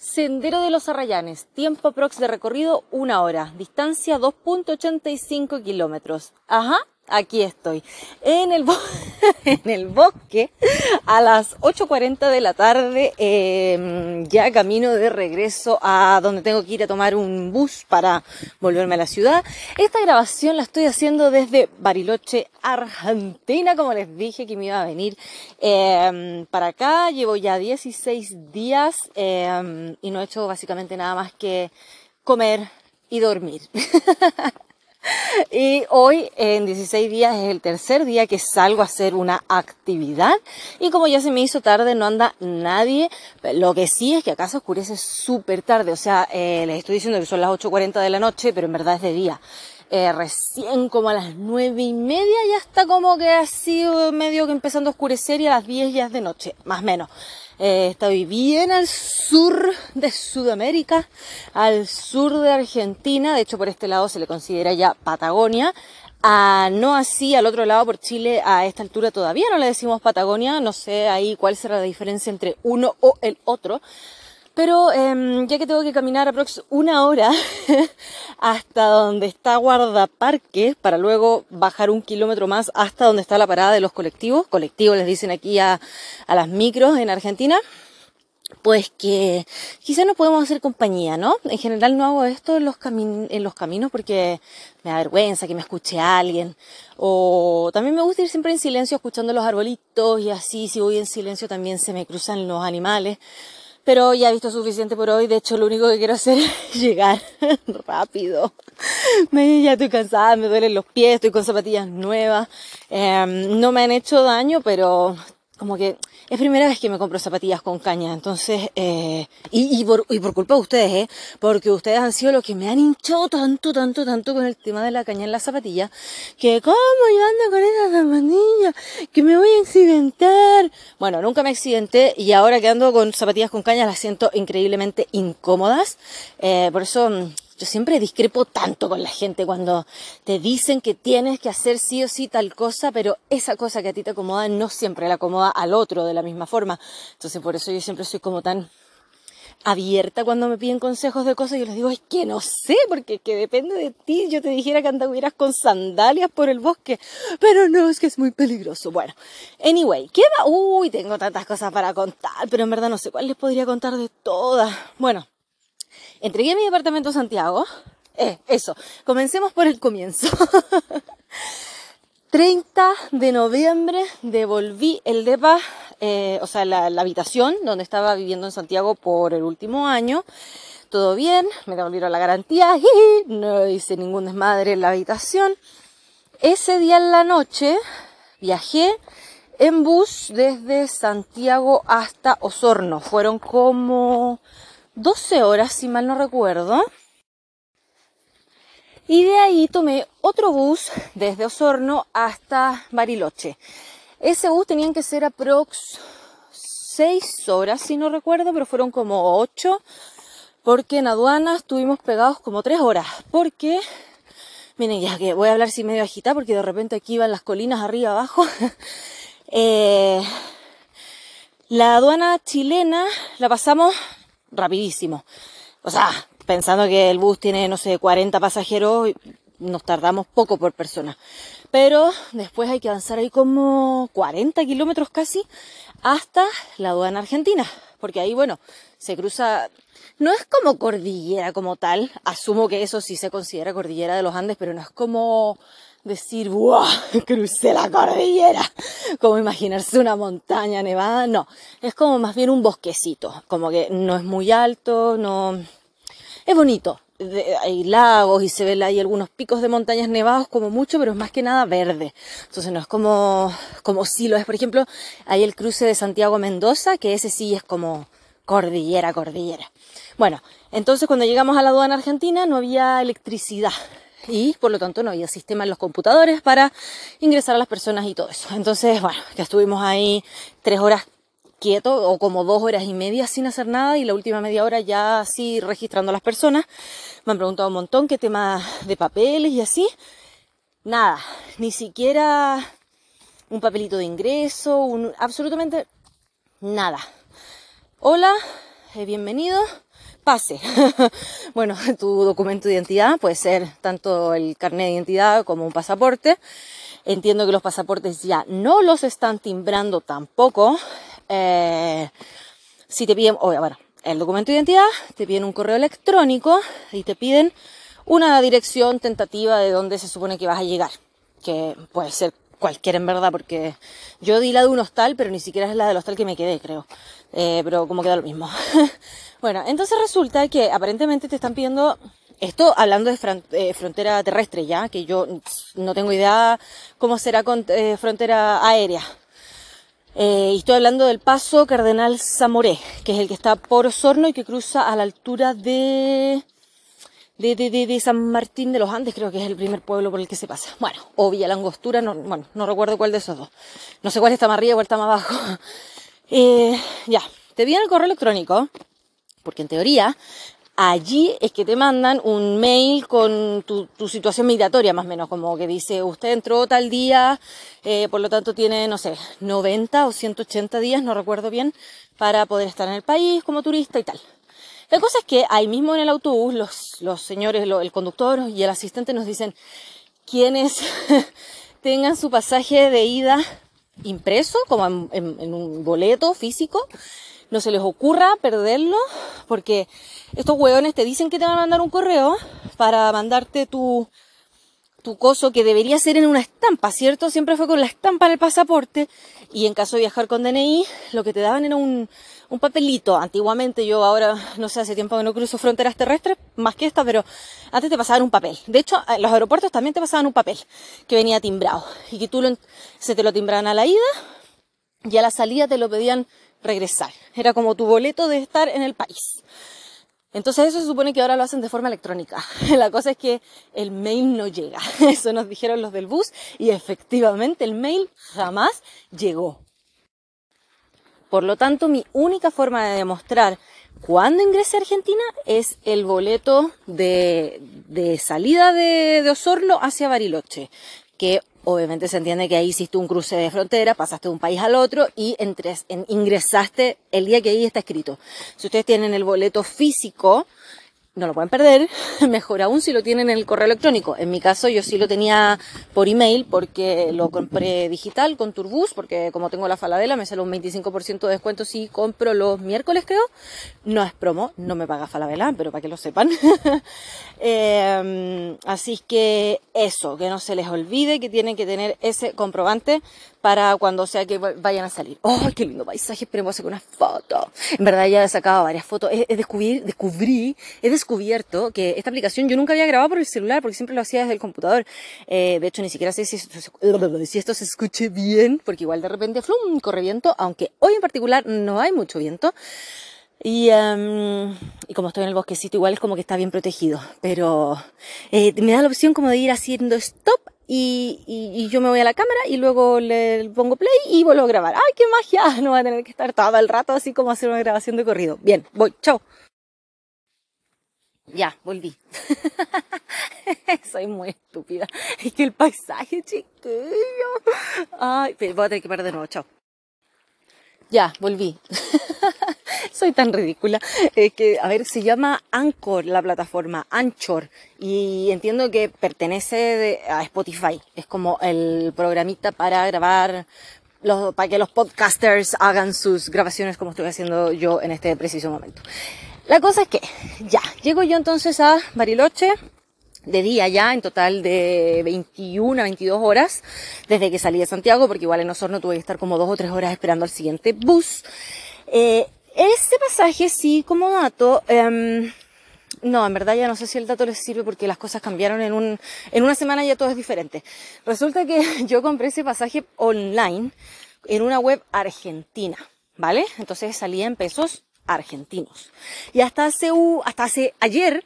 Sendero de los Arrayanes, tiempo aprox de recorrido 1 hora, distancia 2.85 kilómetros. Ajá, aquí estoy, en el, en el bosque, a las 8:40 de la tarde, ya camino de regreso a donde tengo que ir a tomar un bus para volverme a la ciudad. Esta grabación la estoy haciendo desde Bariloche, Argentina, como les dije que me iba a venir para acá. Llevo ya 16 días y no he hecho básicamente nada más que comer y dormir. Y hoy, en 16 días, es el tercer día que salgo a hacer una actividad. Y como ya se me hizo tarde, no anda nadie. Lo que sí es que acá se oscurece súper tarde. O sea, les estoy diciendo que son las 8:40 de la noche, pero en verdad es de día. Recién como a las 9:30 ya está como que así medio que empezando a oscurecer, y a las 10 ya es de noche, más o menos. Estoy bien al sur de Sudamérica, al sur de Argentina. De hecho, por este lado se le considera ya Patagonia. No así al otro lado, por Chile, a esta altura todavía no le decimos Patagonia. No sé ahí cuál será la diferencia entre uno o el otro. Pero ya que tengo que caminar aprox 1 hora hasta donde está Guardaparques, para luego bajar 1 kilómetro más hasta donde está la parada de los colectivos. Colectivos les dicen aquí a las micros en Argentina. Pues que quizás nos podemos hacer compañía, ¿no? En general no hago esto en los caminos porque me da vergüenza que me escuche alguien. O también me gusta ir siempre en silencio escuchando los arbolitos, y así si voy en silencio también se me cruzan los animales. Pero ya he visto suficiente por hoy. De hecho, lo único que quiero hacer es llegar rápido. Ya estoy cansada, me duelen los pies, estoy con zapatillas nuevas. No me han hecho daño, pero como que es primera vez que me compro zapatillas con caña. Entonces, y por culpa de ustedes, porque ustedes han sido los que me han hinchado tanto con el tema de la caña en las zapatillas, que ¿cómo yo ando con esas zapatillas? Que me voy a accidentar. Bueno, nunca me accidenté, y ahora que ando con zapatillas con caña las siento increíblemente incómodas. Por eso yo siempre discrepo tanto con la gente cuando te dicen que tienes que hacer sí o sí tal cosa, pero esa cosa que a ti te acomoda no siempre le acomoda al otro de la misma forma. Entonces por eso yo siempre soy como tan abierta cuando me piden consejos de cosas. Yo les digo, es que no sé, porque es que depende de ti. Yo te dijera que anduvieras con sandalias por el bosque, pero no, es que es muy peligroso. Bueno, anyway, ¿qué va? Uy, tengo tantas cosas para contar, pero en verdad no sé cuál les podría contar de todas. Bueno, entregué mi departamento a Santiago. Eso, comencemos por el comienzo. 30 de noviembre devolví el depa, o sea, la habitación donde estaba viviendo en Santiago por el último año. Todo bien, me devolvieron la garantía, no hice ningún desmadre en la habitación. Ese día en la noche viajé en bus desde Santiago hasta Osorno. Fueron como 12 horas, si mal no recuerdo. Y de ahí tomé otro bus desde Osorno hasta Bariloche. Ese bus tenían que ser aprox 6 horas, si no recuerdo, pero fueron como 8, porque en aduana estuvimos pegados como 3 horas. Porque, miren, ya que voy a hablar así medio agitada, porque de repente aquí van las colinas arriba abajo. La aduana chilena la pasamos rapidísimo. O sea, pensando que el bus tiene, no sé, 40 pasajeros, nos tardamos poco por persona. Pero después hay que avanzar ahí como 40 kilómetros casi hasta la aduana argentina. Porque ahí, bueno, se cruza, no es como cordillera como tal. Asumo que eso sí se considera cordillera de los Andes, pero no es como decir, ¡wow! Crucé la cordillera. Como imaginarse una montaña nevada. No, es como más bien un bosquecito. Como que no es muy alto, no. Es bonito. Hay lagos y se ven ahí algunos picos de montañas nevados como mucho, pero es más que nada verde. Entonces no es como sí lo es. Por ejemplo, hay el cruce de Santiago a Mendoza, que ese sí es como cordillera. Bueno, entonces cuando llegamos a la aduana argentina no había electricidad. Y por lo tanto no había sistema en los computadores para ingresar a las personas y todo eso. Entonces, bueno, que estuvimos ahí 3 horas quietos, o como 2 horas y media sin hacer nada, y la última media hora ya así registrando a las personas. Me han preguntado un montón qué tema de papeles y así. Nada, ni siquiera un papelito de ingreso, absolutamente nada. Hola, bienvenido. pase. Bueno, tu documento de identidad puede ser tanto el carnet de identidad como un pasaporte. Entiendo que los pasaportes ya no los están timbrando tampoco. Si te piden, bueno, el documento de identidad, te piden un correo electrónico y te piden una dirección tentativa de dónde se supone que vas a llegar, que puede ser cualquiera en verdad, porque yo di la de un hostal, pero ni siquiera es la del hostal que me quedé, creo, pero como queda lo mismo. Bueno, entonces resulta que aparentemente te están pidiendo, esto hablando de frontera terrestre ya, que yo no tengo idea cómo será con frontera aérea. Y estoy hablando del paso Cardenal Zamoré, que es el que está por Osorno y que cruza a la altura de San Martín de los Andes, creo que es el primer pueblo por el que se pasa. Bueno, o Villa La Angostura, no recuerdo cuál de esos dos. No sé cuál está más arriba, cuál está más abajo. Ya, te viene el correo electrónico, porque en teoría allí es que te mandan un mail con tu situación migratoria, más o menos, como que dice, usted entró tal día, por lo tanto tiene, no sé, 90 o 180 días, no recuerdo bien, para poder estar en el país como turista y tal. La cosa es que ahí mismo en el autobús los señores, el conductor y el asistente nos dicen, quienes tengan su pasaje de ida impreso, como en un boleto físico, no se les ocurra perderlo, porque estos hueones te dicen que te van a mandar un correo para mandarte tu coso, que debería ser en una estampa, ¿cierto? Siempre fue con la estampa en el pasaporte, y en caso de viajar con DNI, lo que te daban era un papelito. Antiguamente, yo ahora, no sé, hace tiempo que no cruzo fronteras terrestres, más que esta, pero antes te pasaban un papel. De hecho, en los aeropuertos también te pasaban un papel que venía timbrado, y que se te lo timbraban a la ida, y a la salida te lo pedían regresar. Era como tu boleto de estar en el país. Entonces eso se supone que ahora lo hacen de forma electrónica. La cosa es que el mail no llega. Eso nos dijeron los del bus y efectivamente el mail jamás llegó. Por lo tanto, mi única forma de demostrar cuándo ingresé a Argentina es el boleto de salida de Osorno hacia Bariloche, que obviamente se entiende que ahí hiciste un cruce de frontera, pasaste de un país al otro y ingresaste el día que ahí está escrito. Si ustedes tienen el boleto físico, no lo pueden perder, mejor aún si lo tienen en el correo electrónico. En mi caso yo sí lo tenía por email porque lo compré digital con Turbus, porque como tengo la Falabella me sale un 25% de descuento si compro los miércoles, creo. No es promo, no me paga Falabella, pero para que lo sepan. Así que eso, que no se les olvide que tienen que tener ese comprobante para cuando sea que vayan a salir. ¡Oh, qué lindo paisaje! Esperemos hacer una foto. En verdad ya he sacado varias fotos. He descubierto que esta aplicación yo nunca había grabado por el celular porque siempre lo hacía desde el computador. De hecho, ni siquiera sé si esto se escuche bien, porque igual de repente ¡flum! Corre viento, aunque hoy en particular no hay mucho viento. Y como estoy en el bosquecito, igual es como que está bien protegido. Pero me da la opción como de ir haciendo stop y yo me voy a la cámara y luego le pongo play y vuelvo a grabar. ¡Ay, qué magia! No va a tener que estar todo el rato así como hacer una grabación de corrido. Bien, voy, chao. Ya, volví. Soy muy estúpida. Es que el paisaje, chiquillo. Ay, pero voy a tener que parar de nuevo, chao. Ya, volví. Soy tan ridícula. Es que, a ver, se llama Anchor, la plataforma, Anchor. Y entiendo que pertenece a Spotify. Es como el programita para grabar, para que los podcasters hagan sus grabaciones como estoy haciendo yo en este preciso momento. La cosa es que, ya, llego yo entonces a Bariloche, de día ya, en total de 21 a 22 horas, desde que salí de Santiago, porque igual en Osorno tuve que estar como 2 o 3 horas esperando el siguiente bus. Este pasaje sí, como dato, no, en verdad ya no sé si el dato les sirve porque las cosas cambiaron en una semana, ya todo es diferente. Resulta que yo compré ese pasaje online en una web argentina, ¿vale? Entonces salía en pesos argentinos. Y hasta hace ayer,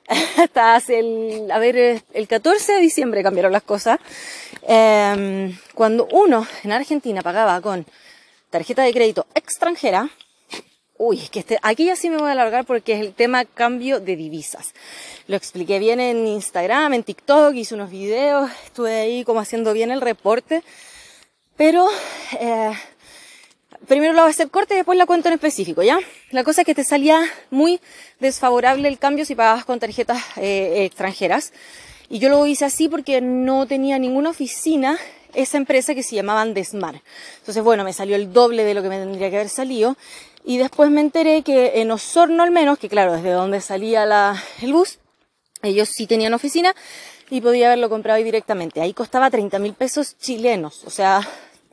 el 14 de diciembre cambiaron las cosas. Cuando uno en Argentina pagaba con tarjeta de crédito extranjera, uy, es que aquí ya sí me voy a alargar porque es el tema cambio de divisas. Lo expliqué bien en Instagram, en TikTok, hice unos videos, estuve ahí como haciendo bien el reporte, pero Primero la voy a hacer corta y después la cuento en específico, ¿ya? La cosa es que te salía muy desfavorable el cambio si pagabas con tarjetas extranjeras. Y yo lo hice así porque no tenía ninguna oficina esa empresa que se llamaban Desmar. Entonces, bueno, me salió el doble de lo que me tendría que haber salido. Y después me enteré que en Osorno al menos, que claro, desde donde salía el bus, ellos sí tenían oficina y podía haberlo comprado ahí directamente. Ahí costaba 30.000 pesos chilenos, o sea,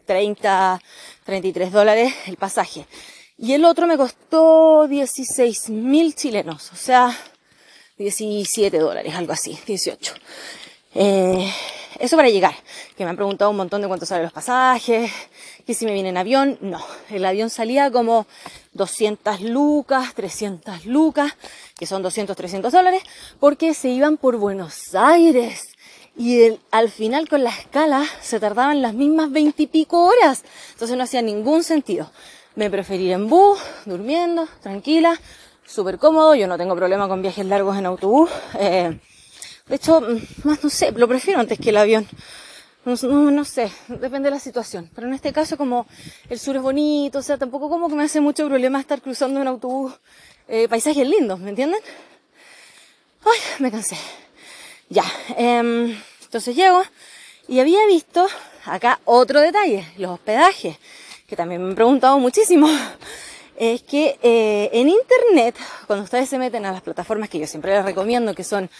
33 dólares el pasaje. Y el otro me costó 16.000 chilenos, o sea, 17 dólares, algo así, 18. Eso para llegar, que me han preguntado un montón de cuánto salen los pasajes, que si me viene en avión. No, el avión salía como 200 lucas, 300 lucas, que son 200, 300 dólares, porque se iban por Buenos Aires. Y al final con la escala se tardaban las mismas 20 y pico horas. Entonces no hacía ningún sentido. Me preferí ir en bus, durmiendo, tranquila, súper cómodo. Yo no tengo problema con viajes largos en autobús. De hecho, más no sé, lo prefiero antes que el avión. No sé, depende de la situación. Pero en este caso, como el sur es bonito, o sea, tampoco como que me hace mucho problema estar cruzando en autobús paisajes lindos, ¿me entienden? Ay, me cansé. Ya, entonces llego y había visto acá otro detalle, los hospedajes, que también me han preguntado muchísimo. Es que en internet, cuando ustedes se meten a las plataformas que yo siempre les recomiendo, que son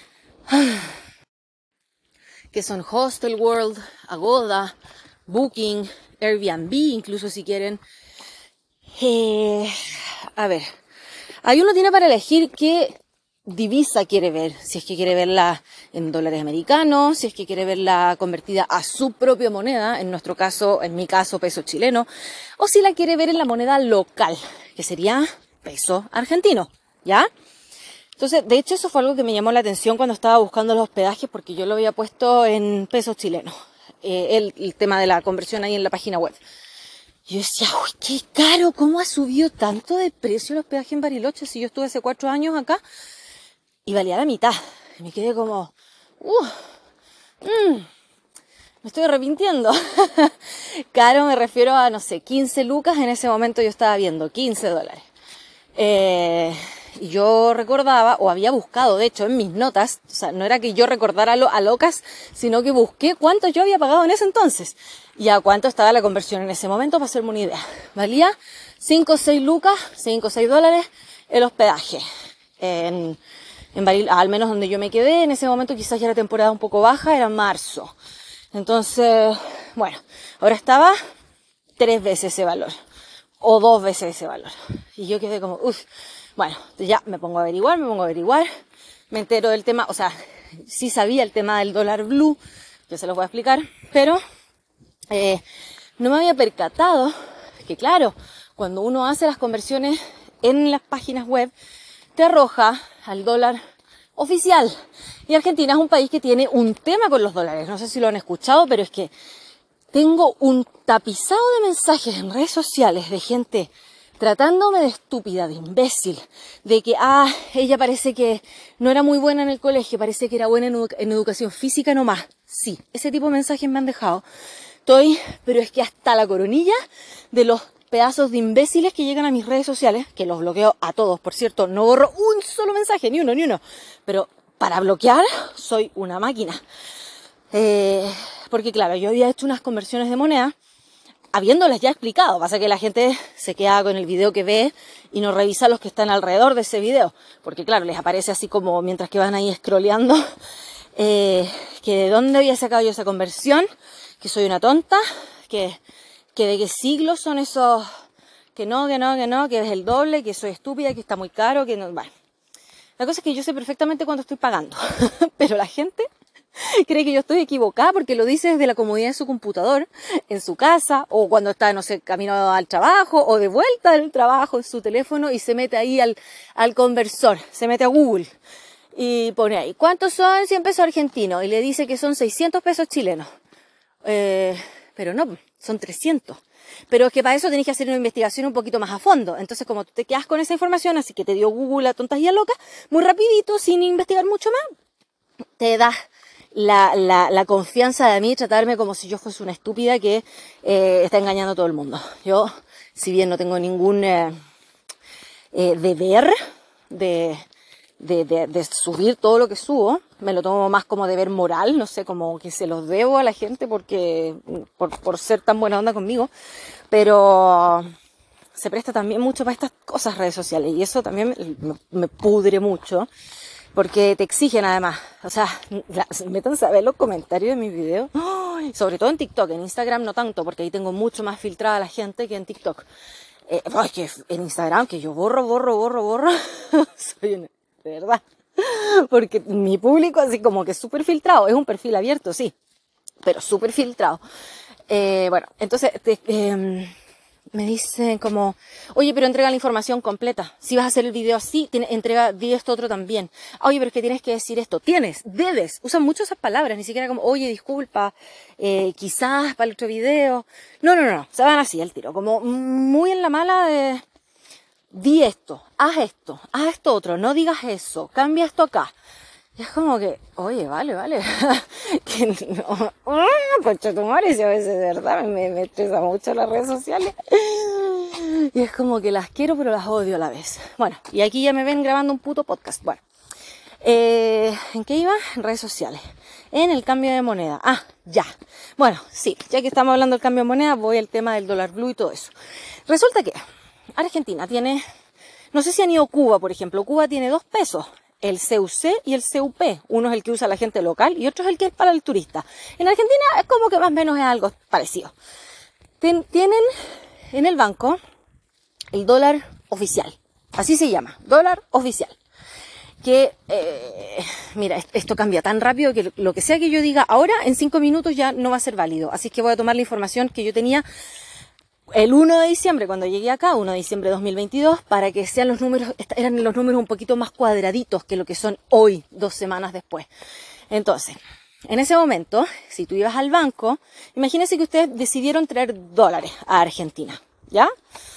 Hostel World, Agoda, Booking, Airbnb, incluso si quieren. A ver, ahí uno tiene para elegir qué divisa quiere ver, si es que quiere verla en dólares americanos, si es que quiere verla convertida a su propia moneda, en nuestro caso, en mi caso, peso chileno, o si la quiere ver en la moneda local, que sería peso argentino, ¿ya? Entonces, de hecho, eso fue algo que me llamó la atención cuando estaba buscando los hospedajes, porque yo lo había puesto en pesos chilenos, el tema de la conversión ahí en la página web. Yo decía, uy, qué caro, ¿cómo ha subido tanto de precio el hospedaje en Bariloche si yo estuve hace 4 años acá? Y valía la mitad. Y me quedé como, me estoy arrepintiendo. Caro me refiero a, no sé, 15 lucas en ese momento yo estaba viendo, 15 dólares. Y yo recordaba, o había buscado, de hecho, en mis notas, o sea, no era que yo recordara a locas, sino que busqué cuánto yo había pagado en ese entonces. Y a cuánto estaba la conversión en ese momento, para hacerme una idea. Valía 5 o 6 lucas, 5 o 6 dólares el hospedaje. En Bariloche, al menos donde yo me quedé, en ese momento quizás ya era temporada un poco baja, era marzo. Entonces, bueno, ahora estaba 3 veces ese valor, o 2 veces ese valor. Y yo quedé como, bueno, ya me pongo a averiguar, me entero del tema, o sea, sí sabía el tema del dólar blue, yo se los voy a explicar, pero no me había percatado que claro, cuando uno hace las conversiones en las páginas web, te arroja al dólar oficial. Y Argentina es un país que tiene un tema con los dólares. No sé si lo han escuchado, pero es que tengo un tapizado de mensajes en redes sociales de gente tratándome de estúpida, de imbécil, de que, ella parece que no era muy buena en el colegio, parece que era buena en educación física nomás. Sí, ese tipo de mensajes me han dejado. Pero es que hasta la coronilla de los pedazos de imbéciles que llegan a mis redes sociales, que los bloqueo a todos, por cierto, no borro un solo mensaje, ni uno, pero para bloquear soy una máquina. Porque claro, yo había hecho unas conversiones de moneda, habiéndolas ya explicado, pasa que la gente se queda con el video que ve y no revisa los que están alrededor de ese video, porque claro, les aparece así como mientras que van ahí scrolleando, que de dónde había sacado yo esa conversión, que soy una tonta, que de qué siglos son esos, que no, que es el doble, que soy estúpida, que está muy caro, que no, bueno. La cosa es que yo sé perfectamente cuánto estoy pagando, pero la gente cree que yo estoy equivocada porque lo dice desde la comodidad de su computador, en su casa, o cuando está, no sé, camino al trabajo, o de vuelta del trabajo en su teléfono y se mete ahí al conversor, se mete a Google y pone ahí, ¿cuántos son 100 pesos argentinos? Y le dice que son 600 pesos chilenos. Pero no, son 300. Pero es que para eso tenés que hacer una investigación un poquito más a fondo. Entonces, como tú te quedas con esa información, así que te dio Google a tontas y a locas, muy rapidito, sin investigar mucho más, te das la confianza de mí, tratarme como si yo fuese una estúpida que está engañando a todo el mundo. Yo si bien no tengo ningún deber de subir todo lo que subo, me lo tomo más como deber moral, no sé, como que se los debo a la gente porque por ser tan buena onda conmigo, pero se presta también mucho para estas cosas redes sociales y eso también me pudre mucho porque te exigen además, o sea, métanse a ver los comentarios de mis videos, ¡ay! Sobre todo en TikTok, en Instagram no tanto porque ahí tengo mucho más filtrada la gente que en TikTok. Que en Instagram que yo borro, soy una, de verdad, porque mi público así como que es súper filtrado, es un perfil abierto, sí, pero súper filtrado. Bueno, entonces me dicen como, oye, pero entrega la información completa. Si vas a hacer el video así, di esto otro también. Oye, pero es que tienes que decir esto. Debes. Usan mucho esas palabras, ni siquiera como, oye, disculpa, quizás para el otro video. No. Se van así al tiro, como muy en la mala de, di esto, haz esto otro, no digas eso, cambia esto acá. Y es como que, oye, vale. Que no. Concha tu madre, si a veces de verdad me estresa mucho las redes sociales. Y es como que las quiero pero las odio a la vez. Bueno, y aquí ya me ven grabando un puto podcast. Bueno, ¿en qué iba? En redes sociales. En el cambio de moneda. Ah, ya. Bueno, sí, ya que estamos hablando del cambio de moneda, voy al tema del dólar blue y todo eso. Resulta que Argentina tiene, no sé si han ido a Cuba, por ejemplo. Cuba tiene 2 pesos. El CUC y el CUP. Uno es el que usa la gente local y otro es el que es para el turista. En Argentina es como que más o menos es algo parecido. Tienen en el banco el dólar oficial. Así se llama, dólar oficial. Que, mira, esto cambia tan rápido que lo que sea que yo diga ahora, en 5 minutos ya no va a ser válido. Así que voy a tomar la información que yo tenía el 1 de diciembre, cuando llegué acá, 1 de diciembre de 2022, para que sean los números, eran los números un poquito más cuadraditos que lo que son hoy, 2 semanas después. Entonces, en ese momento, si tú ibas al banco, imagínense que ustedes decidieron traer dólares a Argentina, ¿ya?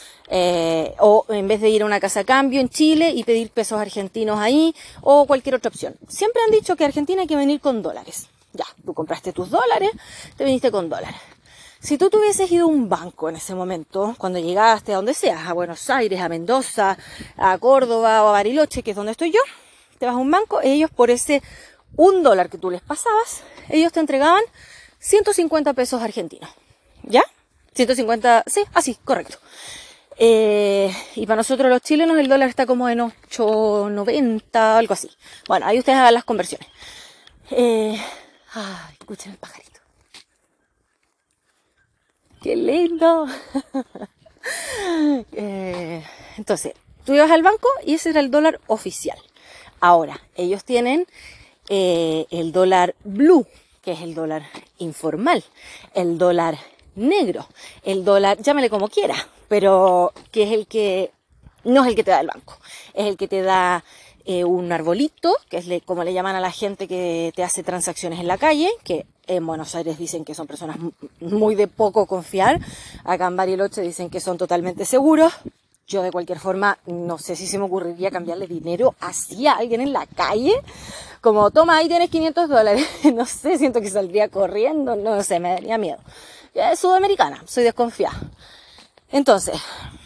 O en vez de ir a una casa de cambio en Chile y pedir pesos argentinos ahí, o cualquier otra opción. Siempre han dicho que a Argentina hay que venir con dólares. Ya, tú compraste tus dólares, te viniste con dólares. Si tú te hubieses ido a un banco en ese momento, cuando llegaste a donde seas, a Buenos Aires, a Mendoza, a Córdoba o a Bariloche, que es donde estoy yo, te vas a un banco, ellos por ese $1 que tú les pasabas, ellos te entregaban 150 pesos argentinos. ¿Ya? 150, sí, así, correcto. Y para nosotros los chilenos el dólar está como en 8.90, algo así. Bueno, ahí ustedes hagan las conversiones. Escuchen el pajarito. ¡Qué lindo! Entonces, tú ibas al banco y ese era el dólar oficial. Ahora, ellos tienen el dólar blue, que es el dólar informal, el dólar negro, el dólar, llámale como quiera, pero que es el que no es el que te da el banco, es el que te da un arbolito, que es como le llaman a la gente que te hace transacciones en la calle, que en Buenos Aires dicen que son personas muy de poco confiar, acá en Bariloche dicen que son totalmente seguros. Yo de cualquier forma no sé si se me ocurriría cambiarle dinero así a alguien en la calle, como toma ahí tienes $500, no sé, siento que saldría corriendo, no sé, me daría miedo. Ya es sudamericana, soy desconfiada. Entonces,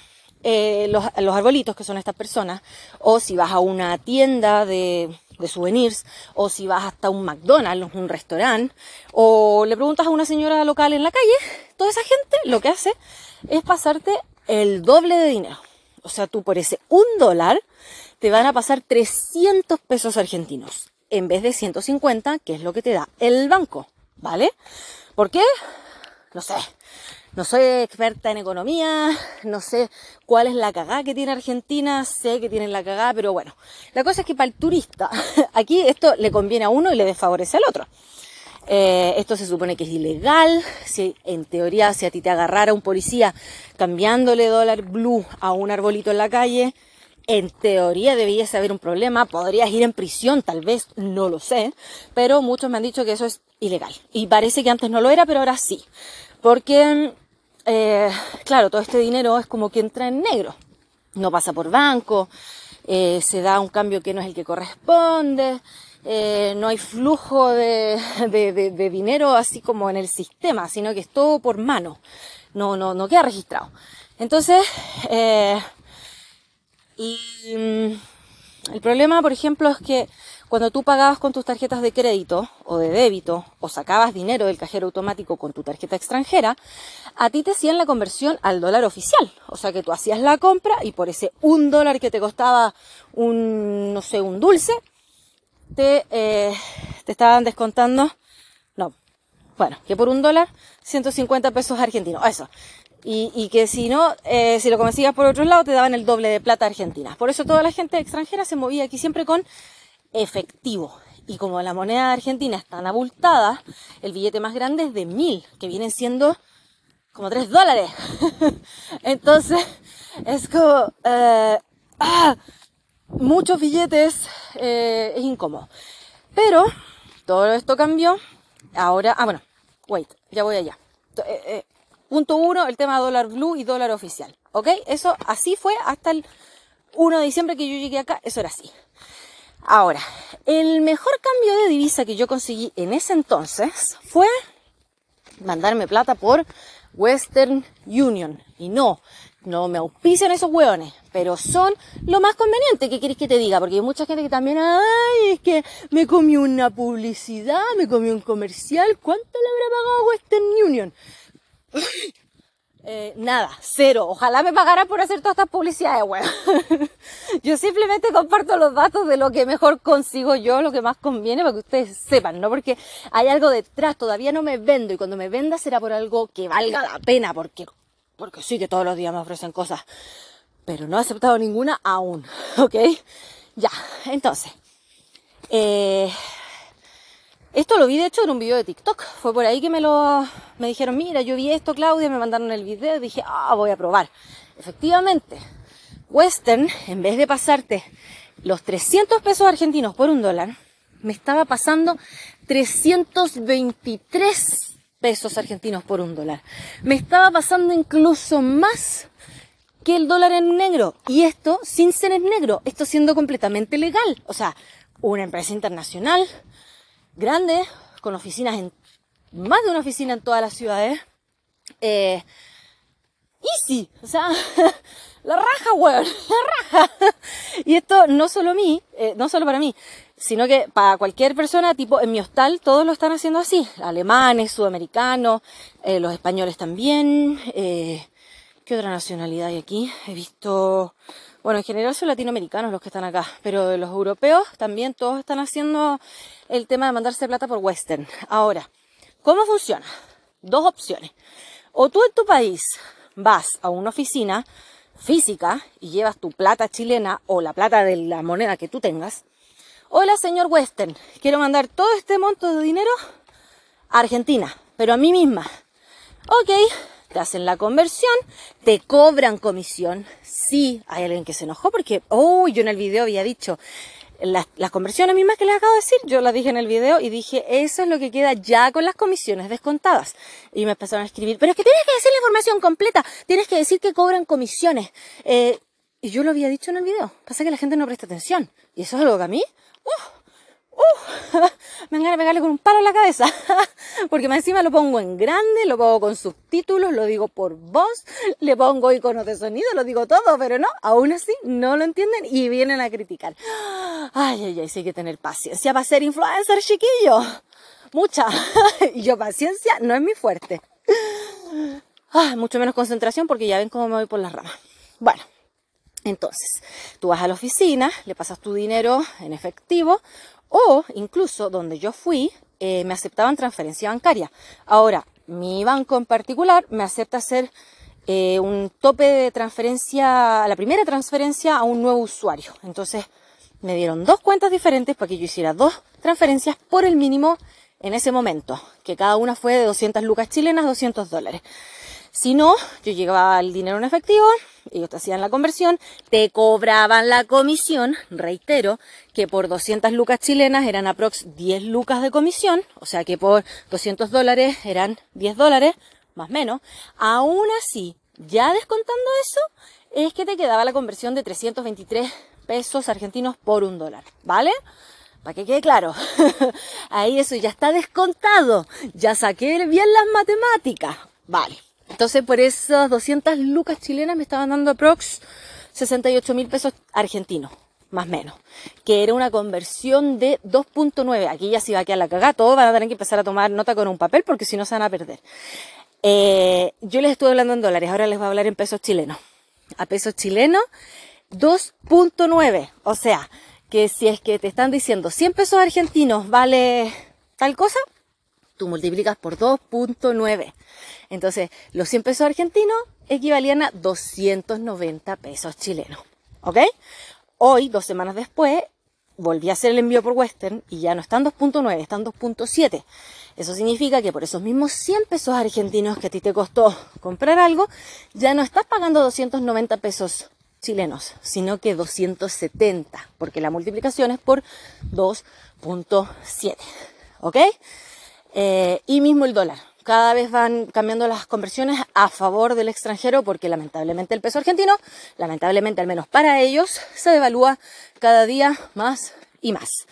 los arbolitos que son estas personas, o si vas a una tienda de souvenirs, o si vas hasta un McDonald's, un restaurante, o le preguntas a una señora local en la calle, toda esa gente lo que hace es pasarte el doble de dinero. O sea, tú por ese $1 te van a pasar 300 pesos argentinos, en vez de 150, que es lo que te da el banco, ¿vale? ¿Por qué? No sé. No soy experta en economía, no sé cuál es la cagada que tiene Argentina, sé que tienen la cagada, pero bueno. La cosa es que para el turista, aquí esto le conviene a uno y le desfavorece al otro. Esto se supone que es ilegal, si en teoría si a ti te agarrara un policía cambiándole dólar blue a un arbolito en la calle, en teoría deberías haber un problema, podrías ir en prisión tal vez, no lo sé, pero muchos me han dicho que eso es ilegal. Y parece que antes no lo era, pero ahora sí. Porque, claro, todo este dinero es como que entra en negro, no pasa por banco, se da un cambio que no es el que corresponde, no hay flujo de dinero así como en el sistema, sino que es todo por mano, no queda registrado. Entonces, el problema, por ejemplo, es que cuando tú pagabas con tus tarjetas de crédito o de débito o sacabas dinero del cajero automático con tu tarjeta extranjera, a ti te hacían la conversión al dólar oficial. O sea que tú hacías la compra y por ese $1 que te costaba un, no sé, un dulce, te estaban descontando, no, bueno, que por $1, 150 pesos argentinos, eso. Y que si no, si lo convertías por otro lado, te daban el doble de plata argentina. Por eso toda la gente extranjera se movía aquí siempre con efectivo. Y como la moneda argentina es tan abultada, el billete más grande es de 1000, que vienen siendo como $3. Entonces, es como... muchos billetes, es incómodo. Pero todo esto cambió. Ahora, bueno, wait, ya voy allá. Punto 1, el tema dólar blue y dólar oficial. ¿Ok? Eso así fue hasta el 1 de diciembre que yo llegué acá, eso era así. Ahora, el mejor cambio de divisa que yo conseguí en ese entonces fue mandarme plata por Western Union. Y no me auspician esos hueones, pero son lo más conveniente. ¿Qué querés que te diga? Porque hay mucha gente que también, ay, es que me comió una publicidad, me comió un comercial. ¿Cuánto le habrá pagado Western Union? Nada, cero. Ojalá me pagara por hacer todas estas publicidades, weón. Yo simplemente comparto los datos de lo que mejor consigo yo, lo que más conviene para que ustedes sepan, ¿no? Porque hay algo detrás, todavía no me vendo y cuando me venda será por algo que valga la pena, porque sí que todos los días me ofrecen cosas, pero no he aceptado ninguna aún, ¿ok? Ya, entonces, esto lo vi de hecho en un video de TikTok. Fue por ahí que me dijeron, mira, yo vi esto, Claudia, me mandaron el video y dije, voy a probar. Efectivamente, Western, en vez de pasarte los 300 pesos argentinos por $1, me estaba pasando 323 pesos argentinos por $1. Me estaba pasando incluso más que el dólar en negro. Y esto sin ser en negro, esto siendo completamente legal. O sea, una empresa internacional grande, con oficinas más de una oficina en todas las ciudades. Easy, o sea, la raja, weón, la raja. Y esto no solo para mí, sino que para cualquier persona, tipo en mi hostal, todos lo están haciendo así. Alemanes, sudamericanos, los españoles también. ¿Qué otra nacionalidad hay aquí? He visto... Bueno, en general son latinoamericanos los que están acá, pero los europeos también todos están haciendo el tema de mandarse plata por Western. Ahora, ¿cómo funciona? Dos opciones. O tú en tu país vas a una oficina física y llevas tu plata chilena o la plata de la moneda que tú tengas. Hola, señor Western, quiero mandar todo este monto de dinero a Argentina, pero a mí misma. Ok, te hacen la conversión, te cobran comisión. Sí, hay alguien que se enojó porque, yo en el video había dicho, las conversiones mismas que les acabo de decir, yo las dije en el video y dije, eso es lo que queda ya con las comisiones descontadas. Y me empezaron a escribir, pero es que tienes que decir la información completa, tienes que decir que cobran comisiones. Y yo lo había dicho en el video, pasa que la gente no presta atención. Y eso es algo que a mí, me van a pegarle con un palo en la cabeza. Porque más encima lo pongo en grande, lo pongo con subtítulos, lo digo por voz, le pongo iconos de sonido, lo digo todo, pero no, aún así no lo entienden y vienen a criticar. Ay, sí hay que tener paciencia para ser influencer, chiquillo. Mucha. Y yo paciencia no es mi fuerte. Mucho menos concentración porque ya ven cómo me voy por las ramas. Bueno. Entonces, tú vas a la oficina, le pasas tu dinero en efectivo o incluso donde yo fui me aceptaban transferencia bancaria. Ahora, mi banco en particular me acepta hacer un tope de transferencia, la primera transferencia a un nuevo usuario. Entonces, me dieron dos cuentas diferentes para que yo hiciera dos transferencias por el mínimo en ese momento, que cada una fue de 200 lucas chilenas, $200. Si no, yo llegaba el dinero en efectivo, ellos te hacían la conversión, te cobraban la comisión, reitero, que por 200 lucas chilenas eran aprox 10 lucas de comisión, o sea que por $200 eran $10, más o menos. Aún así, ya descontando eso, es que te quedaba la conversión de 323 pesos argentinos por $1, ¿vale? Para que quede claro, ahí eso ya está descontado, ya saqué bien las matemáticas, vale. Entonces por esas 200 lucas chilenas me estaban dando aprox 68.000 pesos argentinos, más o menos. Que era una conversión de 2.9. Aquí ya se va a quedar la cagada, todos van a tener que empezar a tomar nota con un papel porque si no se van a perder. Yo les estuve hablando en dólares, ahora les voy a hablar en pesos chilenos. A pesos chilenos, 2.9. O sea, que si es que te están diciendo 100 pesos argentinos vale tal cosa, tú multiplicas por 2.9. Entonces, los 100 pesos argentinos equivalían a 290 pesos chilenos. ¿Ok? Hoy, 2 semanas después, volví a hacer el envío por Western y ya no están 2.9, están 2.7. Eso significa que por esos mismos 100 pesos argentinos que a ti te costó comprar algo, ya no estás pagando 290 pesos chilenos, sino que 270, porque la multiplicación es por 2.7. ¿Ok? Y mismo el dólar. Cada vez van cambiando las conversiones a favor del extranjero porque lamentablemente el peso argentino, lamentablemente al menos para ellos, se devalúa cada día más y más.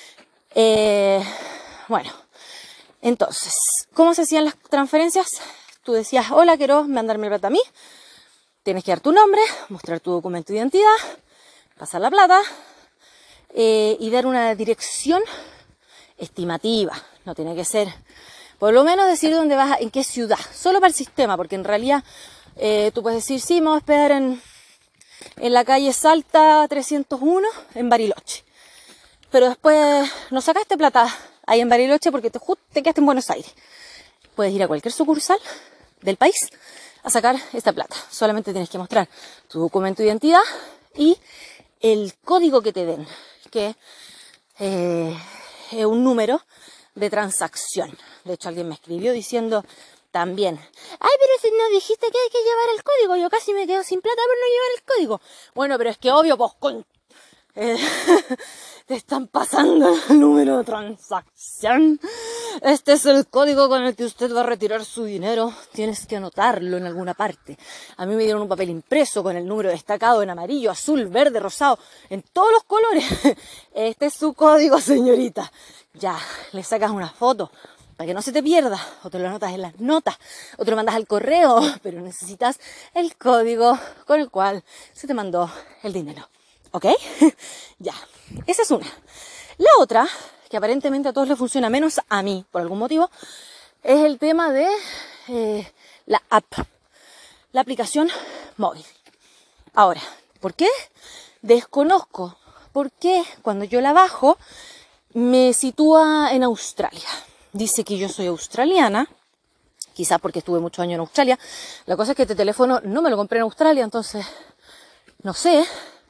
Bueno, entonces, ¿cómo se hacían las transferencias? Tú decías, hola, quiero mandarme plata a mí. Tienes que dar tu nombre, mostrar tu documento de identidad, pasar la plata y dar una dirección estimativa. No tiene que ser, por lo menos decir dónde vas, en qué ciudad, solo para el sistema, porque en realidad tú puedes decir, sí, me voy a hospedar en la calle Salta 301 en Bariloche. Pero después no sacaste plata ahí en Bariloche porque te quedaste en Buenos Aires. Puedes ir a cualquier sucursal del país a sacar esta plata. Solamente tienes que mostrar tu documento de identidad y el código que te den, que es un número de transacción. De hecho, alguien me escribió diciendo también, ay, pero si no dijiste que hay que llevar el código, yo casi me quedo sin plata por no llevar el código. Bueno, pero es que obvio, pues te están pasando el número de transacción. Este es el código con el que usted va a retirar su dinero. Tienes que anotarlo en alguna parte. A mí me dieron un papel impreso con el número destacado en amarillo, azul, verde, rosado, en todos los colores. Este es su código, señorita. Ya, le sacas una foto para que no se te pierda, o te lo anotas en las notas, o te lo mandas al correo, pero necesitas el código con el cual se te mandó el dinero. ¿Ok? Ya, esa es una. La otra, que aparentemente a todos les funciona, menos a mí, por algún motivo, es el tema de la app, la aplicación móvil. Ahora, ¿por qué? Desconozco por qué cuando yo la bajo me sitúa en Australia. Dice que yo soy australiana, quizás porque estuve muchos años en Australia. La cosa es que este teléfono no me lo compré en Australia, entonces no sé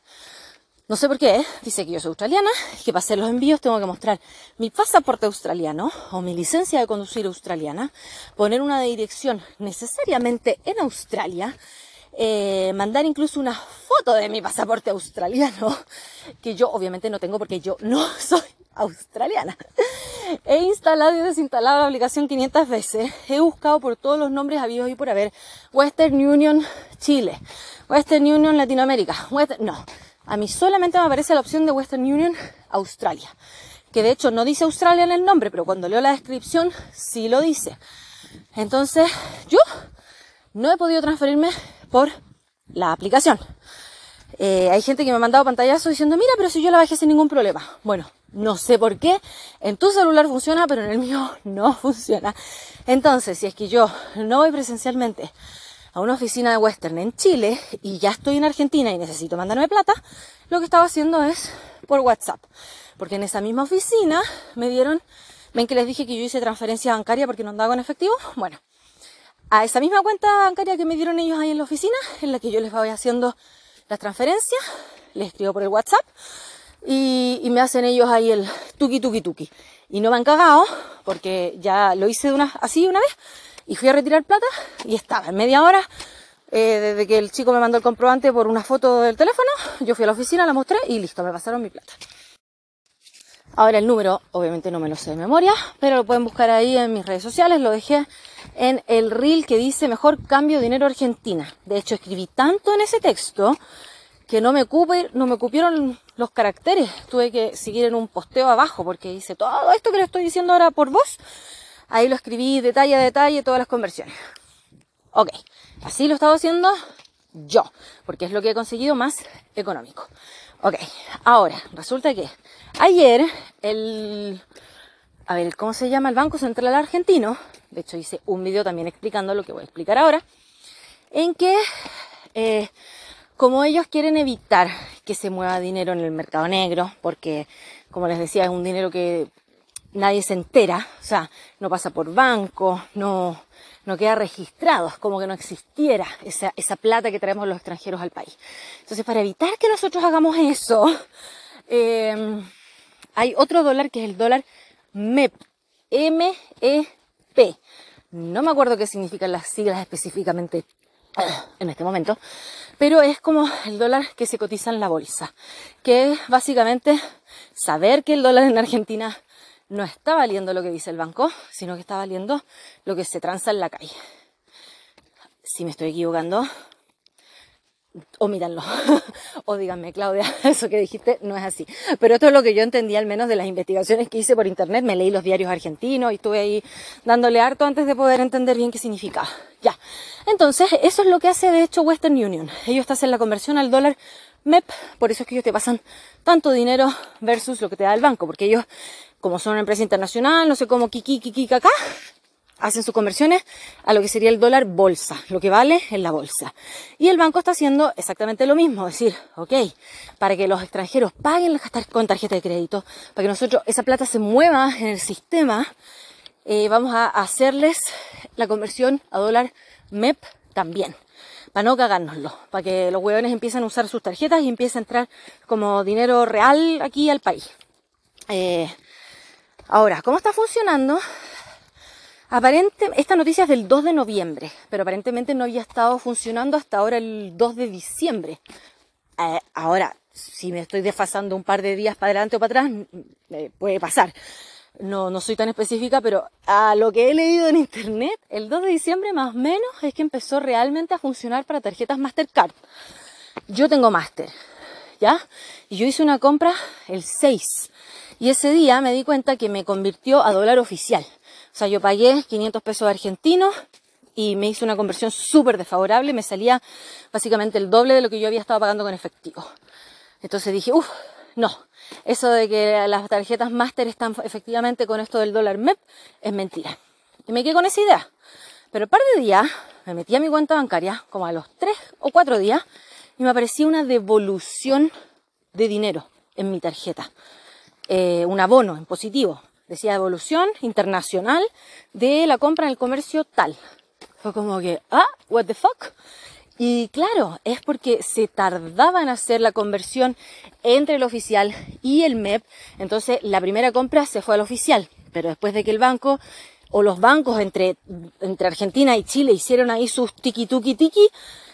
por qué. Dice que yo soy australiana, que para hacer los envíos tengo que mostrar mi pasaporte australiano o mi licencia de conducir australiana, poner una dirección necesariamente en Australia, mandar incluso una foto de mi pasaporte australiano, que yo obviamente no tengo porque yo no soy australiana. He instalado y desinstalado la aplicación 500 veces. He buscado por todos los nombres habidos y por haber. Western Union Chile, Western Union Latinoamérica, no. A mí solamente me aparece la opción de Western Union Australia, que de hecho no dice Australia en el nombre, pero cuando leo la descripción sí lo dice. Entonces yo no he podido transferirme por la aplicación. Hay gente que me ha mandado pantallazos diciendo, mira, pero si yo la bajé sin ningún problema. Bueno, no sé por qué. En tu celular funciona, pero en el mío no funciona. Entonces, si es que yo no voy presencialmente a una oficina de Western en Chile y ya estoy en Argentina y necesito mandarme plata, lo que estaba haciendo es por WhatsApp. Porque en esa misma oficina me dieron, ven que les dije que yo hice transferencia bancaria porque no andaba con efectivo. Bueno, a esa misma cuenta bancaria que me dieron ellos ahí en la oficina, en la que yo les voy haciendo las transferencias, les escribo por el WhatsApp y me hacen ellos ahí el tuki. Y no me han cagado porque ya lo hice así una vez y fui a retirar plata y estaba en media hora desde que el chico me mandó el comprobante por una foto del teléfono. Yo fui a la oficina, la mostré y listo, me pasaron mi plata. Ahora el número obviamente no me lo sé de memoria, pero lo pueden buscar ahí en mis redes sociales. Lo dejé en el reel que dice mejor cambio dinero Argentina. De hecho escribí tanto en ese texto que no me cupieron los caracteres. Tuve que seguir en un posteo abajo porque dice todo esto que le estoy diciendo ahora por voz. Ahí lo escribí detalle a detalle, todas las conversiones. Ok, así lo he estado haciendo yo, porque es lo que he conseguido más económico. Ok, ahora, resulta que ayer ¿cómo se llama? El Banco Central Argentino, de hecho hice un video también explicando lo que voy a explicar ahora, en que como ellos quieren evitar que se mueva dinero en el mercado negro, porque como les decía, es un dinero que nadie se entera, o sea, no pasa por banco, no queda registrado, es como que no existiera esa plata que traemos los extranjeros al país. Entonces, para evitar que nosotros hagamos eso, hay otro dólar que es el dólar MEP, M-E-P. No me acuerdo qué significan las siglas específicamente en este momento, pero es como el dólar que se cotiza en la bolsa, que es básicamente saber que el dólar en Argentina no está valiendo lo que dice el banco, sino que está valiendo lo que se transa en la calle. Si me estoy equivocando, omítanlo. O díganme, Claudia, eso que dijiste no es así. Pero esto es lo que yo entendí al menos de las investigaciones que hice por internet. Me leí los diarios argentinos y estuve ahí dándole harto antes de poder entender bien qué significaba. Ya. Entonces, eso es lo que hace de hecho Western Union. Ellos te hacen la conversión al dólar MEP, por eso es que ellos te pasan tanto dinero versus lo que te da el banco, porque ellos, como son una empresa internacional, no sé cómo, acá, hacen sus conversiones a lo que sería el dólar bolsa, lo que vale en la bolsa. Y el banco está haciendo exactamente lo mismo, es decir, ok, para que los extranjeros paguen con tarjeta de crédito, para que nosotros, esa plata se mueva en el sistema, vamos a hacerles la conversión a dólar MEP también, para no cagárnoslo, para que los huevones empiecen a usar sus tarjetas y empiece a entrar como dinero real aquí al país. Ahora, ¿cómo está funcionando? Esta noticia es del 2 de noviembre, pero aparentemente no había estado funcionando hasta ahora el 2 de diciembre. Ahora, si me estoy desfasando un par de días para adelante o para atrás, puede pasar. No soy tan específica, pero a lo que he leído en internet, el 2 de diciembre más o menos es que empezó realmente a funcionar para tarjetas Mastercard. Yo tengo Master, ¿ya? Y yo hice una compra el 6. Y ese día me di cuenta que me convirtió a dólar oficial. O sea, yo pagué 500 pesos argentinos y me hizo una conversión súper desfavorable. Me salía básicamente el doble de lo que yo había estado pagando con efectivo. Entonces dije, no. Eso de que las tarjetas Master están efectivamente con esto del dólar MEP es mentira. Y me quedé con esa idea. Pero un par de días me metí a mi cuenta bancaria, como a los 3 o 4 días, y me aparecía una devolución de dinero en mi tarjeta. Un abono en positivo. Decía devolución internacional de la compra en el comercio tal. Fue como que, what the fuck. Y claro, es porque se tardaba en hacer la conversión entre el oficial y el MEP. Entonces la primera compra se fue al oficial. Pero después de que el banco o los bancos entre Argentina y Chile hicieron ahí sus tiki-tuki-tiki,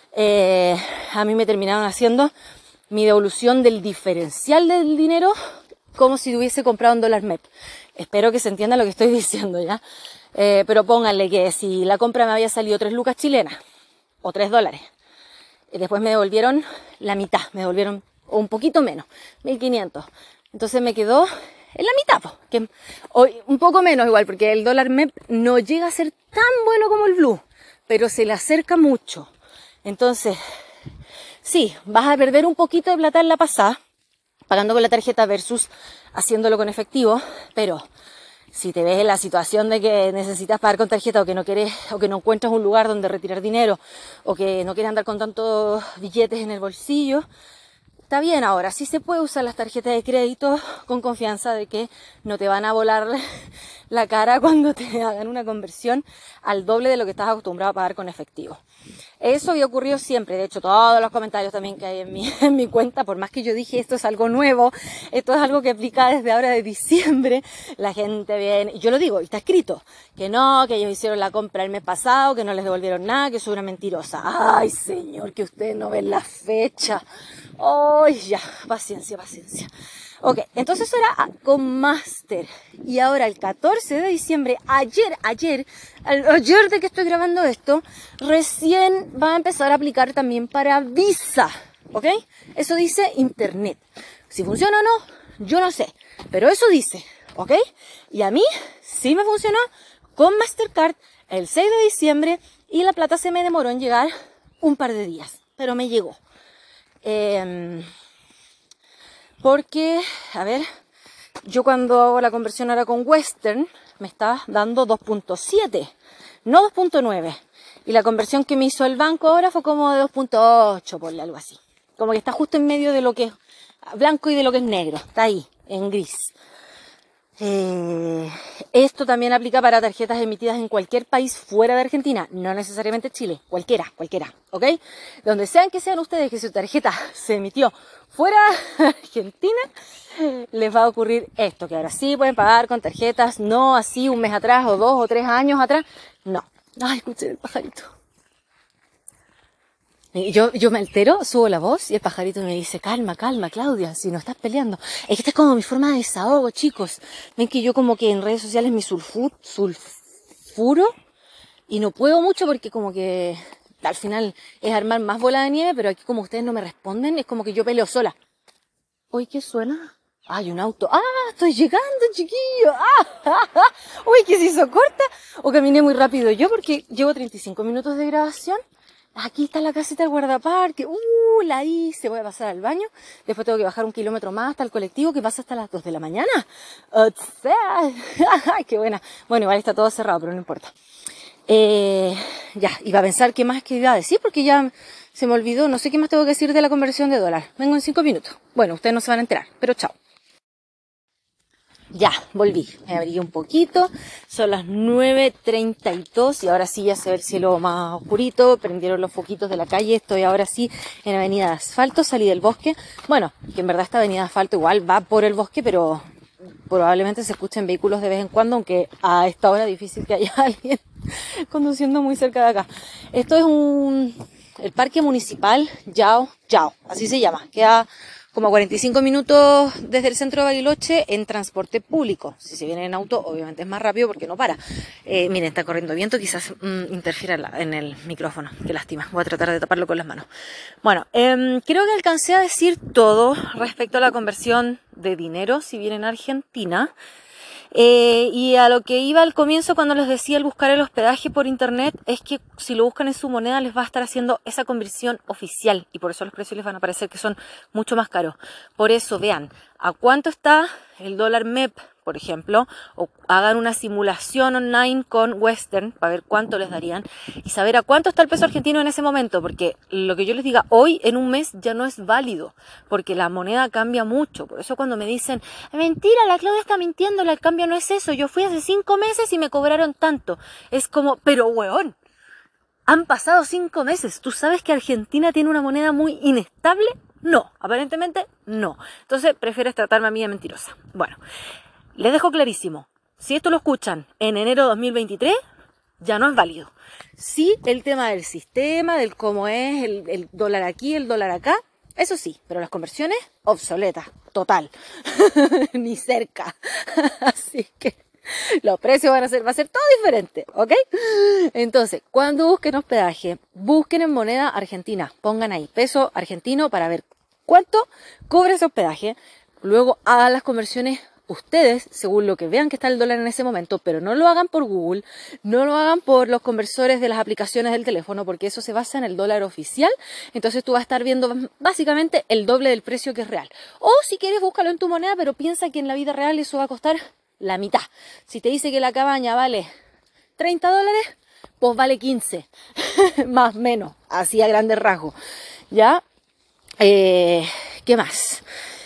a mí me terminaron haciendo mi devolución del diferencial del dinero como si hubiese comprado un dólar MEP. Espero que se entienda lo que estoy diciendo, ¿ya? Pero pónganle que si la compra me había salido 3 lucas chilenas o 3 dólares, después me devolvieron la mitad, me devolvieron un poquito menos, 1.500. Entonces me quedó en la mitad, un poco menos igual, porque el dólar MEP no llega a ser tan bueno como el blue, pero se le acerca mucho. Entonces, sí, vas a perder un poquito de plata en la pasada, pagando con la tarjeta versus haciéndolo con efectivo, pero si te ves en la situación de que necesitas pagar con tarjeta o que no quieres o que no encuentras un lugar donde retirar dinero o que no quieres andar con tantos billetes en el bolsillo, está bien. Ahora sí se puede usar las tarjetas de crédito con confianza de que no te van a volar la cara cuando te hagan una conversión al doble de lo que estás acostumbrado a pagar con efectivo. Eso había ocurrido siempre. De hecho, todos los comentarios también que hay en mi cuenta, por más que yo dije esto es algo nuevo, esto es algo que aplica desde ahora de diciembre, la gente viene, y yo lo digo, y está escrito, que ellos hicieron la compra el mes pasado, que no les devolvieron nada, que soy una mentirosa. Ay, señor, que ustedes no ven la fecha. Ay, ya, paciencia. Ok, entonces eso era con Master. Y ahora el 14 de diciembre, ayer de que estoy grabando esto, recién va a empezar a aplicar también para Visa. ¿Ok? Eso dice internet. Si funciona o no, yo no sé. Pero eso dice. ¿Ok? Y a mí sí me funcionó con Mastercard el 6 de diciembre Y la plata se me demoró en llegar un par de días, pero me llegó. Porque, a ver, yo cuando hago la conversión ahora con Western, me está dando 2.7, no 2.9. Y la conversión que me hizo el banco ahora fue como de 2.8, por algo así. Como que está justo en medio de lo que es blanco y de lo que es negro. Está ahí, en gris. Esto también aplica para tarjetas emitidas en cualquier país fuera de Argentina, no necesariamente Chile, cualquiera, ¿ok? Donde sean que sean ustedes que su tarjeta se emitió fuera de Argentina, les va a ocurrir esto, que ahora sí pueden pagar con tarjetas, no así un mes atrás o 2 o 3 años atrás, no. Ay, escuché el pajarito. Y yo me altero, subo la voz y el pajarito me dice, calma, Claudia, si no estás peleando. Es que esta es como mi forma de desahogo, chicos. Ven que yo como que en redes sociales me sulfuro y no puedo mucho porque como que al final es armar más bola de nieve, pero aquí como ustedes no me responden, es como que yo peleo sola. Uy, ¿qué suena? Hay un auto. ¡Ah! Estoy llegando, chiquillo. ¡Ah! Uy, que se hizo corta. O caminé muy rápido yo porque llevo 35 minutos de grabación. Aquí está la casita del guardaparque. La hice. Voy a pasar al baño. Después tengo que bajar 1 kilómetro más hasta el colectivo que pasa hasta las 2 de la mañana. O sea, ¡ay, qué buena! Bueno, igual está todo cerrado, pero no importa. Ya, iba a pensar qué más que iba a decir porque ya se me olvidó. No sé qué más tengo que decir de la conversión de dólar. Vengo en 5 minutos. Bueno, ustedes no se van a enterar, pero chao. Ya, volví, me abrí un poquito, son las 9:32 y ahora sí ya se ve el cielo más oscurito, prendieron los foquitos de la calle, estoy ahora sí en avenida de asfalto, salí del bosque, bueno, que en verdad esta avenida de asfalto igual va por el bosque, pero probablemente se escuchen vehículos de vez en cuando, aunque a esta hora es difícil que haya alguien conduciendo muy cerca de acá. Esto es el parque municipal Yao, así se llama, queda como a 45 minutos desde el centro de Bariloche en transporte público. Si se viene en auto, obviamente es más rápido porque no para. Miren, está corriendo viento, quizás interfiera en el micrófono. Qué lástima, voy a tratar de taparlo con las manos. Bueno, creo que alcancé a decir todo respecto a la conversión de dinero si viene en Argentina. Y a lo que iba al comienzo cuando les decía el buscar el hospedaje por internet es que si lo buscan en su moneda les va a estar haciendo esa conversión oficial y por eso los precios les van a parecer que son mucho más caros. Por eso vean a cuánto está el dólar MEP, por ejemplo, o hagan una simulación online con Western para ver cuánto les darían y saber a cuánto está el peso argentino en ese momento, porque lo que yo les diga hoy en un mes ya no es válido, porque la moneda cambia mucho. Por eso cuando me dicen, mentira, la Claudia está mintiendo, el cambio no es eso, yo fui hace 5 meses y me cobraron tanto. Es como, pero weón, han pasado 5 meses, ¿tú sabes que Argentina tiene una moneda muy inestable? No, aparentemente no. Entonces prefieres tratarme a mí de mentirosa. Bueno, les dejo clarísimo, si esto lo escuchan en enero de 2023, ya no es válido. Sí, el tema del sistema, del cómo es el dólar aquí, el dólar acá, eso sí, pero las conversiones, obsoletas, total, ni cerca. Así que los precios va a ser todo diferente, ¿ok? Entonces, cuando busquen hospedaje, busquen en moneda argentina, pongan ahí peso argentino para ver cuánto cobra ese hospedaje, luego hagan las conversiones ustedes, según lo que vean que está el dólar en ese momento, pero no lo hagan por Google, no lo hagan por los conversores de las aplicaciones del teléfono, porque eso se basa en el dólar oficial, entonces tú vas a estar viendo básicamente el doble del precio que es real. O si quieres, búscalo en tu moneda, pero piensa que en la vida real eso va a costar la mitad. Si te dice que la cabaña vale $30, pues vale 15, más o menos, así a grandes rasgos, ¿ya? ¿Qué más?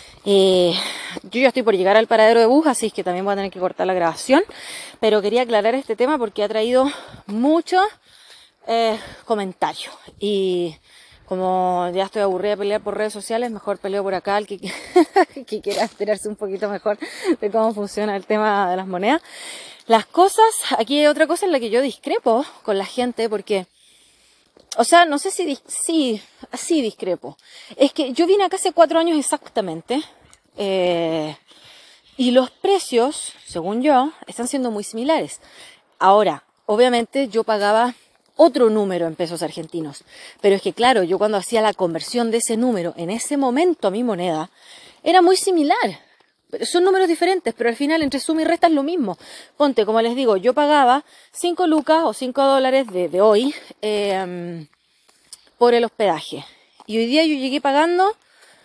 Yo ya estoy por llegar al paradero de bus, así que también voy a tener que cortar la grabación, pero quería aclarar este tema porque ha traído muchos comentarios y como ya estoy aburrida de pelear por redes sociales, mejor peleo por acá el que, que quiera enterarse un poquito mejor de cómo funciona el tema de las monedas. Las cosas, aquí hay otra cosa en la que yo discrepo con la gente porque, o sea, no sé si sí discrepo. Es que yo vine acá hace 4 años exactamente y los precios, según yo, están siendo muy similares. Ahora, obviamente yo pagaba otro número en pesos argentinos, pero es que claro, yo cuando hacía la conversión de ese número en ese momento a mi moneda, era muy similar. son números diferentes, pero al final entre suma y resta es lo mismo. Ponte, como les digo, yo pagaba 5 lucas o 5 dólares de hoy por el hospedaje. Y hoy día yo llegué pagando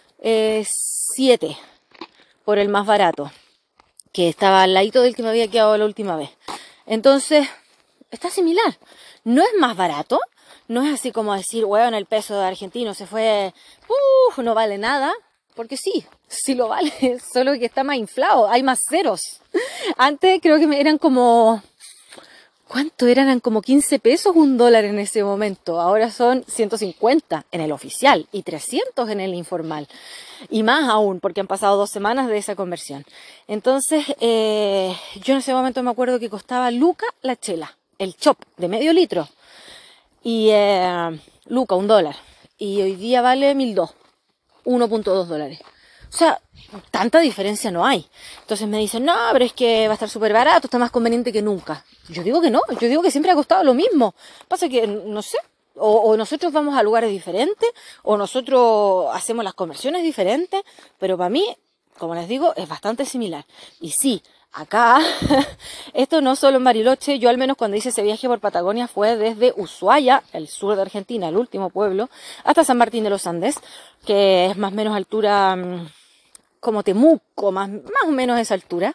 7 por el más barato, que estaba al ladito del que me había quedado la última vez. Entonces, está similar. No es más barato, no es así como decir, weón, el peso argentino se fue, no vale nada. Porque sí lo vale, solo que está más inflado, hay más ceros. Antes creo que eran como, ¿cuánto eran? Eran como 15 pesos un dólar en ese momento. Ahora son 150 en el oficial y 300 en el informal. Y más aún, porque han pasado 2 semanas de esa conversión. Entonces, yo en ese momento me acuerdo que costaba luca la chela, el chop de medio litro. Y luca, $1. Y hoy día vale 1.200. 1.2 dólares. O sea, tanta diferencia no hay. Entonces me dicen, no, pero es que va a estar súper barato, está más conveniente que nunca. Yo digo que no, yo digo que siempre ha costado lo mismo. Pasa que, no sé, o nosotros vamos a lugares diferentes, o nosotros hacemos las conversiones diferentes, pero para mí, como les digo, es bastante similar. Y sí, acá, esto no solo en Bariloche, yo al menos cuando hice ese viaje por Patagonia fue desde Ushuaia, el sur de Argentina, el último pueblo, hasta San Martín de los Andes, que es más o menos altura como Temuco, más o menos esa altura.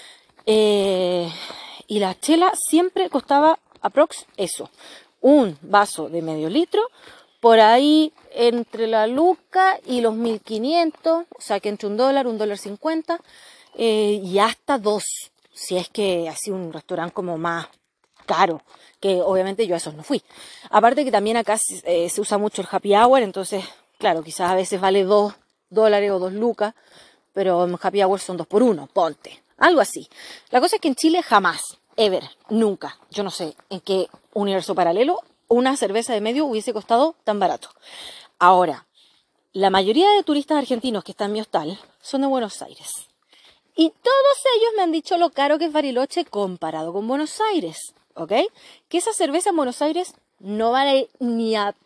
Y la chela siempre costaba aprox eso, un vaso de medio litro, por ahí entre la luca y los 1.500, o sea que entre $1, $1.50, y hasta 2, si es que así un restaurante como más caro, que obviamente yo a esos no fui. Aparte que también acá se usa mucho el happy hour, entonces, claro, quizás a veces vale $2 o 2 lucas, pero en happy hour son 2 por 1, ponte, algo así. La cosa es que en Chile jamás, ever, nunca, yo no sé en qué universo paralelo, una cerveza de medio hubiese costado tan barato. Ahora, la mayoría de turistas argentinos que están en mi hostal son de Buenos Aires. Y todos ellos me han dicho lo caro que es Bariloche comparado con Buenos Aires, ¿ok? Que esa cerveza en Buenos Aires no vale ni a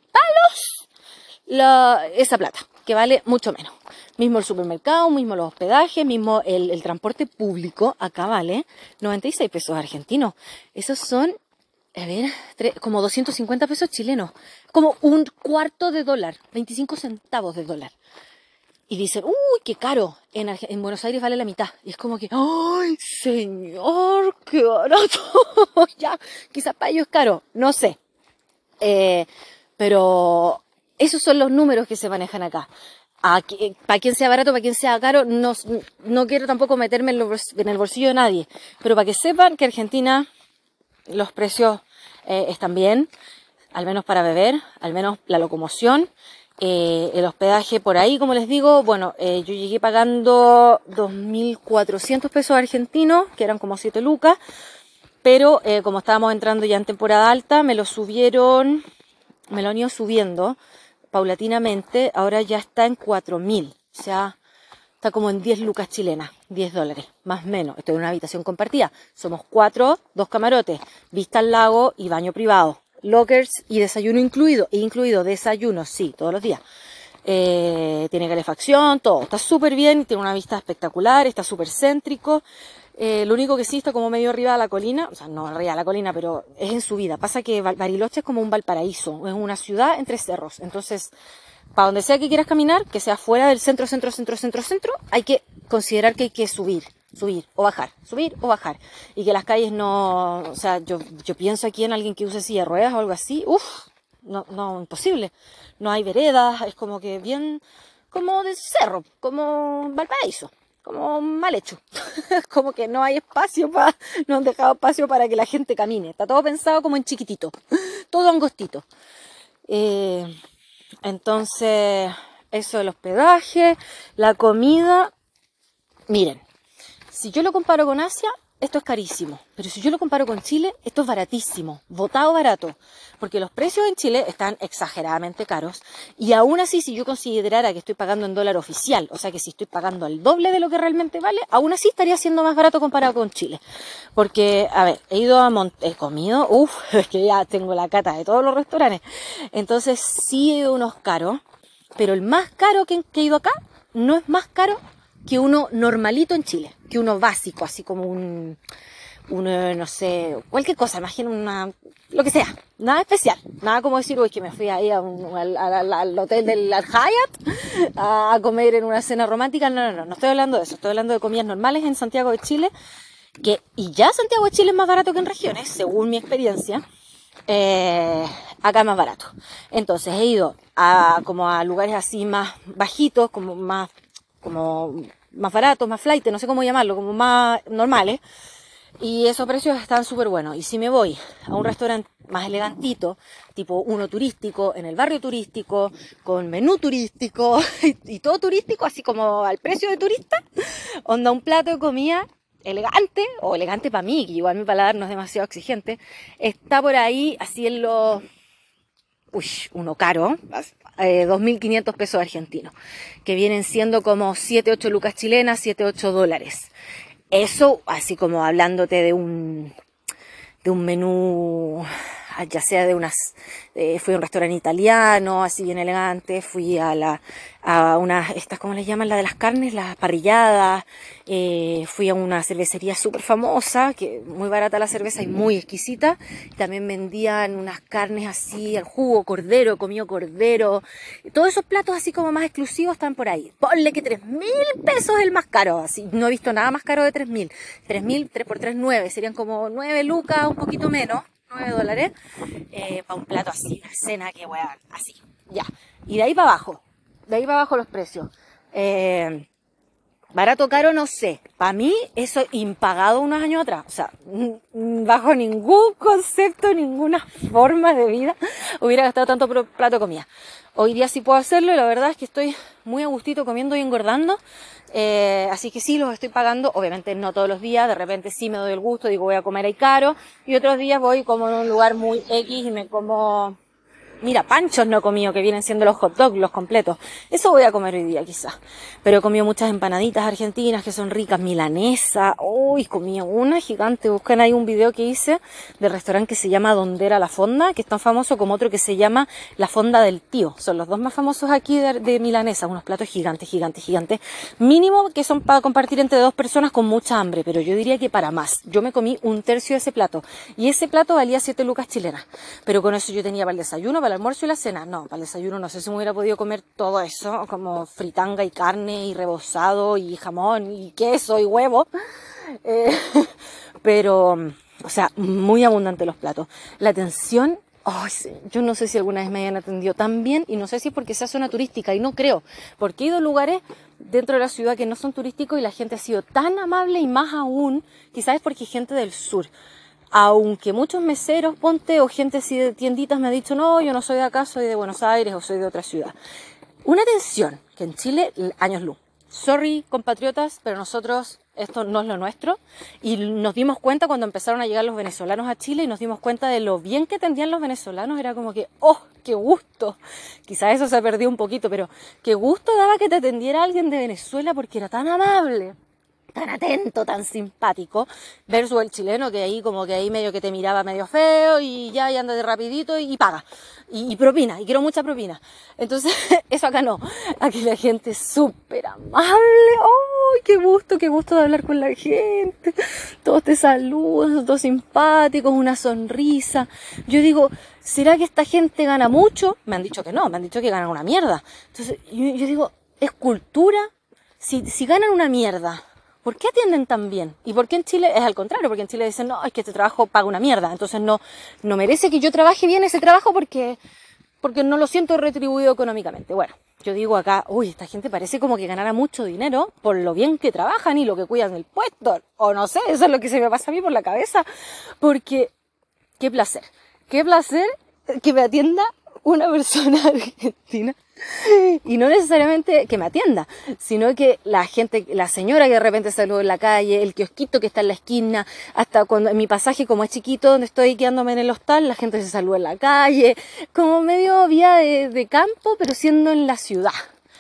palos esa plata, que vale mucho menos. Mismo el supermercado, mismo los hospedajes, mismo el transporte público, acá vale 96 pesos argentinos. Esos son, a ver, como 250 pesos chilenos, como un cuarto de dólar, 25 centavos de dólar. Y dicen, uy, qué caro, en Buenos Aires vale la mitad. Y es como que, ¡ay, señor, qué barato! Ya, quizás para ellos es caro, no sé. Pero esos son los números que se manejan acá. Para quien sea barato, para quien sea caro, no quiero tampoco meterme en el bolsillo de nadie. Pero para que sepan que Argentina, los precios están bien, al menos para beber, al menos la locomoción. El hospedaje por ahí, como les digo, bueno, yo llegué pagando 2.400 pesos argentinos, que eran como 7 lucas, pero como estábamos entrando ya en temporada alta, me lo han ido subiendo paulatinamente, ahora ya está en 4.000, o sea, está como en 10 lucas chilenas, 10 dólares, más o menos. Estoy en una habitación compartida, somos 4, 2 camarotes, vista al lago y baño privado. Lockers y desayuno incluido desayuno, sí, todos los días. Tiene calefacción, todo, está súper bien, tiene una vista espectacular, está súper céntrico. Lo único que sí está como medio arriba de la colina, o sea, no arriba de la colina, pero es en subida. Pasa que Bariloche es como un Valparaíso, es una ciudad entre cerros. Entonces, para donde sea que quieras caminar, que sea fuera del centro, hay que considerar que hay que subir o bajar. Y que las calles no, o sea, yo pienso aquí en alguien que use silla de ruedas o algo así, no, imposible. No hay veredas, es como que bien, como de cerro, como Valparaíso, como mal hecho. Como que no hay espacio no han dejado espacio para que la gente camine. Está todo pensado como en chiquitito, todo angostito. Entonces, eso del hospedaje, la comida. Miren, si yo lo comparo con Asia, esto es carísimo. Pero si yo lo comparo con Chile, esto es baratísimo, botado barato. Porque los precios en Chile están exageradamente caros. Y aún así, si yo considerara que estoy pagando en dólar oficial, o sea que si estoy pagando el doble de lo que realmente vale, aún así estaría siendo más barato comparado con Chile. Porque, a ver, he comido, es que ya tengo la cata de todos los restaurantes. Entonces sí he ido a unos caros, pero el más caro que he ido acá no es más caro que uno normalito en Chile, que uno básico, así como uno, no sé, cualquier cosa, imagina lo que sea, nada especial, nada como decir, uy, que me fui ahí al hotel del Hyatt a comer en una cena romántica. No estoy hablando de eso, estoy hablando de comidas normales en Santiago de Chile, y ya Santiago de Chile es más barato que en regiones, según mi experiencia. Acá es más barato. Entonces he ido como a lugares así más bajitos, como más baratos, más flight, no sé cómo llamarlo, como más normales. Y esos precios están súper buenos. Y si me voy a un restaurante más elegantito, tipo uno turístico, en el barrio turístico, con menú turístico y todo turístico, así como al precio de turista, onda un plato de comida elegante, o elegante para mí, que igual mi paladar no es demasiado exigente, está por ahí así en los... uno caro, 2.500 pesos argentinos, que vienen siendo como 7, 8 lucas chilenas, 7, 8 dólares. Eso, así como hablándote de un menú, ya sea fui a un restaurante italiano, así bien elegante, fui a unas, estas, ¿cómo les llaman? La de las carnes, las parrilladas, fui a una cervecería súper famosa, que muy barata la cerveza y muy exquisita, también vendían unas carnes así, al jugo, cordero, comido cordero, todos esos platos así como más exclusivos están por ahí. Ponle que 3.000 pesos el más caro, así, no he visto nada más caro de 3.000, 3 por 3, 9, serían como 9 lucas, un poquito menos, 9 dólares, para un plato así, una cena que weón, así, ya. Y de ahí para abajo los precios. Barato, caro, no sé. Para mí, eso impagado unos años atrás. O sea, bajo ningún concepto, ninguna forma de vida hubiera gastado tanto por plato de comida. Hoy día sí puedo hacerlo y la verdad es que estoy muy a gustito comiendo y engordando. Así que sí, los estoy pagando. Obviamente no todos los días. De repente sí me doy el gusto, digo voy a comer ahí caro. Y otros días voy como en un lugar muy X y me como... Mira, panchos no he comido, que vienen siendo los hot dogs, los completos. Eso voy a comer hoy día quizás. Pero he comido muchas empanaditas argentinas que son ricas, milanesa. Uy, comí una gigante. Buscan ahí un video que hice del restaurante que se llama Dondera La Fonda, que es tan famoso como otro que se llama La Fonda del Tío. Son los dos más famosos aquí de milanesa. Unos platos gigantes. Mínimo que son para compartir entre dos personas con mucha hambre, pero yo diría que para más. Yo me comí un tercio de ese plato. Y ese plato valía 7 lucas chilenas. Pero con eso yo tenía para el desayuno, para el almuerzo y la cena. No, para el desayuno no sé si me hubiera podido comer todo eso, como fritanga y carne y rebozado y jamón y queso y huevo. Eh, pero, o sea, muy abundante los platos. La atención, sí, yo no sé si alguna vez me hayan atendido tan bien y no sé si es porque sea zona turística y no creo, porque he ido a lugares dentro de la ciudad que no son turísticos y la gente ha sido tan amable y más aún, quizás es porque hay gente del sur. Aunque muchos meseros, ponte, o gente así de tienditas me ha dicho, no, yo no soy de acá, soy de Buenos Aires o soy de otra ciudad. Una atención que en Chile, años luz. Sorry, compatriotas, pero nosotros, esto no es lo nuestro. Y nos dimos cuenta cuando empezaron a llegar los venezolanos a Chile y nos dimos cuenta de lo bien que atendían los venezolanos. Era como que, ¡oh, qué gusto! Quizás eso se ha perdido un poquito, pero qué gusto daba que te atendiera alguien de Venezuela porque era tan amable, tan atento, tan simpático, versus el chileno que ahí como que ahí medio que te miraba medio feo y ya y anda de rapidito y paga. Y propina, y quiero mucha propina. Entonces, eso acá no. Aquí la gente es súper amable. ¡Oh, qué gusto de hablar con la gente! Todos te saludan, son todos simpáticos, una sonrisa. Yo digo, ¿será que esta gente gana mucho? Me han dicho que no, me han dicho que ganan una mierda. Entonces, yo digo, ¿es cultura? Si ganan una mierda, ¿por qué atienden tan bien? ¿Y por qué en Chile es al contrario? Porque en Chile dicen, no, es que este trabajo paga una mierda. Entonces no merece que yo trabaje bien ese trabajo porque no lo siento retribuido económicamente. Bueno, yo digo acá, uy, esta gente parece como que ganara mucho dinero por lo bien que trabajan y lo que cuidan del puesto. O no sé, eso es lo que se me pasa a mí por la cabeza. Porque, qué placer que me atienda una persona argentina. Y no necesariamente que me atienda, sino que la gente, la señora que de repente saluda en la calle, el kiosquito que está en la esquina, hasta cuando en mi pasaje como es chiquito donde estoy quedándome en el hostal, la gente se saluda en la calle, como medio vía de campo, pero siendo en la ciudad.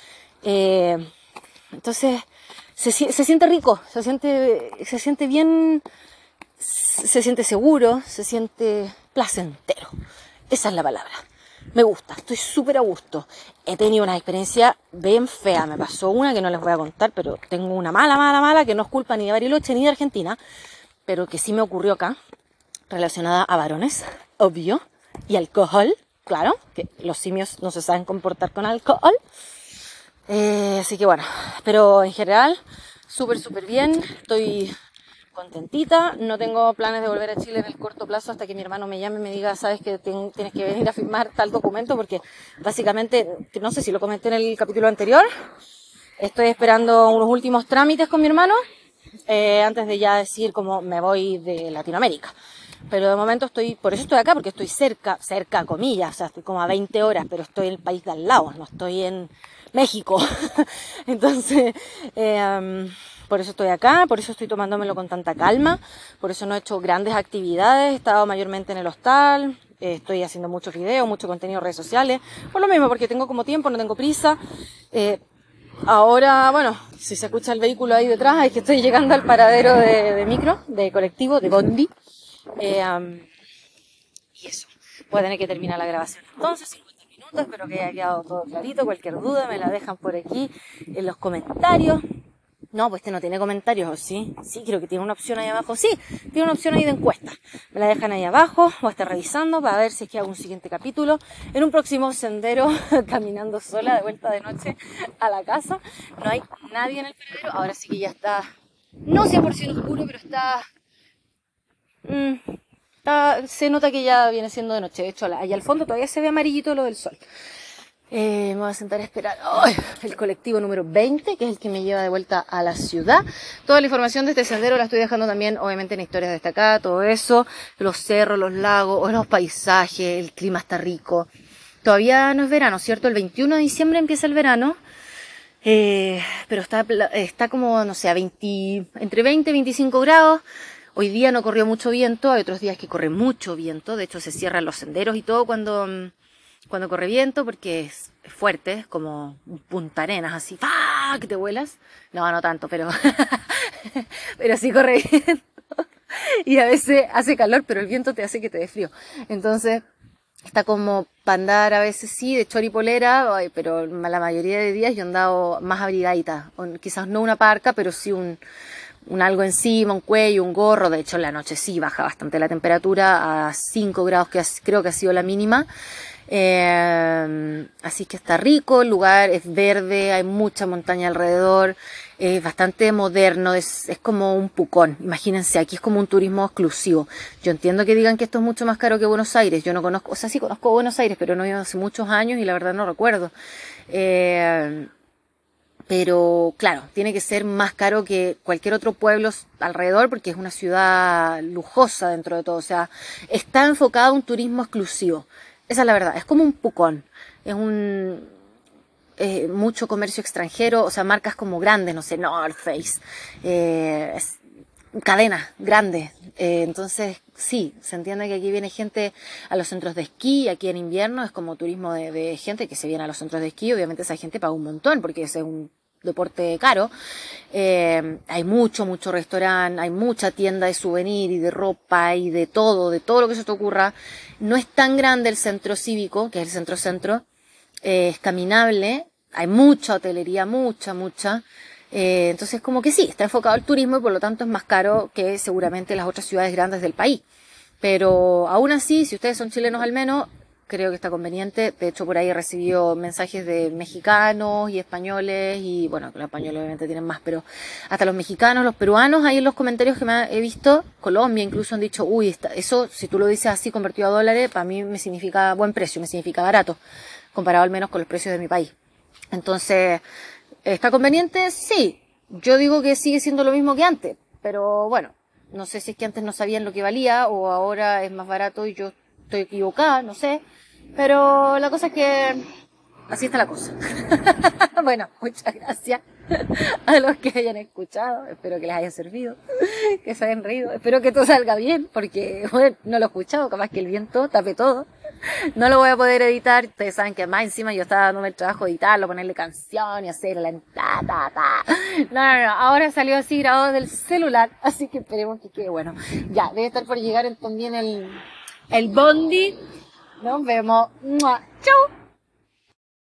Entonces se siente rico, se siente bien, se siente seguro, se siente placentero. Esa es la palabra. Me gusta, estoy súper a gusto. he tenido una experiencia bien fea. Me pasó una que no les voy a contar, pero tengo una mala, que no es culpa ni de Bariloche ni de Argentina, pero que sí me ocurrió acá, relacionada a varones, obvio, y alcohol, claro, que los simios no se saben comportar con alcohol. Así que bueno, pero en general, súper bien, estoy contentita, no tengo planes de volver a Chile en el corto plazo hasta que mi hermano me llame y me diga, sabes que tienes que venir a firmar tal documento, porque básicamente, no sé si lo comenté en el capítulo anterior, estoy esperando unos últimos trámites con mi hermano, antes de ya decir como me voy de Latinoamérica. Pero de momento por eso estoy acá, porque estoy cerca, comillas, o sea, estoy como a 20 horas, pero estoy en el país de al lado, no estoy en México. Entonces, por eso estoy acá, por eso estoy tomándomelo con tanta calma, por eso no he hecho grandes actividades, he estado mayormente en el hostal, estoy haciendo muchos videos, mucho contenido en redes sociales, por lo mismo, porque tengo como tiempo, no tengo prisa. Ahora, bueno, si se escucha el vehículo ahí detrás, es que estoy llegando al paradero de micro, de colectivo, de Bondi. Y eso, voy a tener que terminar la grabación entonces, 50 minutos, espero que haya quedado todo clarito. Cualquier duda me la dejan por aquí en los comentarios. No, pues este no tiene comentarios, ¿o sí? Sí, creo que tiene una opción ahí abajo. Sí, tiene una opción ahí de encuesta. Me la dejan ahí abajo, voy a estar revisando para ver si es que hago un siguiente capítulo. En un próximo sendero, caminando sola de vuelta de noche a la casa. No hay nadie en el paradero. Ahora sí que ya está, no 100% oscuro, pero está... se nota que ya viene siendo de noche. De hecho, allá al fondo todavía se ve amarillito lo del sol. Me voy a sentar a esperar el colectivo número 20, que es el que me lleva de vuelta a la ciudad. Toda la información de este sendero la estoy dejando también, obviamente, en historias destacadas, todo eso, los cerros, los lagos, los paisajes, el clima está rico. Todavía no es verano, ¿cierto? El 21 de diciembre empieza el verano, pero está como, no sé, entre 20 y 25 grados. Hoy día no corrió mucho viento, hay otros días que corre mucho viento, de hecho se cierran los senderos y todo cuando corre viento, porque es fuerte, es como Punta Arenas, así, ¡ah! Que te vuelas. No tanto, pero pero sí corre viento. Y a veces hace calor, pero el viento te hace que te dé frío. Entonces, está como para andar a veces sí, de chor y polera, pero la mayoría de días yo he andado más abrigadita. Quizás no una parca, pero sí un algo encima, un cuello, un gorro. De hecho, en la noche sí baja bastante la temperatura a 5 grados, que creo que ha sido la mínima. Así que está rico, el lugar es verde, hay mucha montaña alrededor, es bastante moderno, es como un Pucón. Imagínense, aquí es como un turismo exclusivo. Yo entiendo que digan que esto es mucho más caro que Buenos Aires, yo no conozco, o sea, sí conozco Buenos Aires, pero no he ido hace muchos años y la verdad no recuerdo. Pero claro, tiene que ser más caro que cualquier otro pueblo alrededor, porque es una ciudad lujosa dentro de todo, o sea, está enfocado a un turismo exclusivo. Esa es la verdad, es como un Pucón, es mucho comercio extranjero, o sea, marcas como grandes, no sé, North Face, cadenas grandes. Entonces, sí, se entiende que aquí viene gente a los centros de esquí, aquí en invierno es como turismo de gente que se viene a los centros de esquí, obviamente esa gente paga un montón, porque ese es un deporte caro. Hay mucho restaurante, hay mucha tienda de souvenir y de ropa y de todo lo que se te ocurra. No es tan grande el centro cívico, que es el centro, es caminable, hay mucha hotelería, mucha. Entonces como que sí, está enfocado al turismo y por lo tanto es más caro que seguramente las otras ciudades grandes del país. Pero aún así, si ustedes son chilenos al menos, creo que está conveniente. De hecho, por ahí he recibido mensajes de mexicanos y españoles, y bueno, los españoles obviamente tienen más, pero hasta los mexicanos, los peruanos, ahí en los comentarios que he visto, Colombia incluso han dicho, uy, eso, si tú lo dices así convertido a dólares, para mí me significa buen precio, me significa barato, comparado al menos con los precios de mi país. Entonces, ¿está conveniente? Sí. Yo digo que sigue siendo lo mismo que antes, pero bueno, no sé si es que antes no sabían lo que valía o ahora es más barato y yo estoy equivocada, no sé. Pero la cosa es que así está la cosa. Bueno, muchas gracias a los que hayan escuchado. Espero que les haya servido, que se hayan reído. Espero que todo salga bien, porque bueno, no lo he escuchado, capaz que el viento tape todo. No lo voy a poder editar. Ustedes saben que más encima yo estaba dándome el trabajo de editarlo, ponerle canción y hacerla en No. Ahora salió así grabado del celular, así que esperemos que quede bueno. Ya, debe estar por llegar también el Bondi. Nos vemos. ¡Mua! ¡Chau!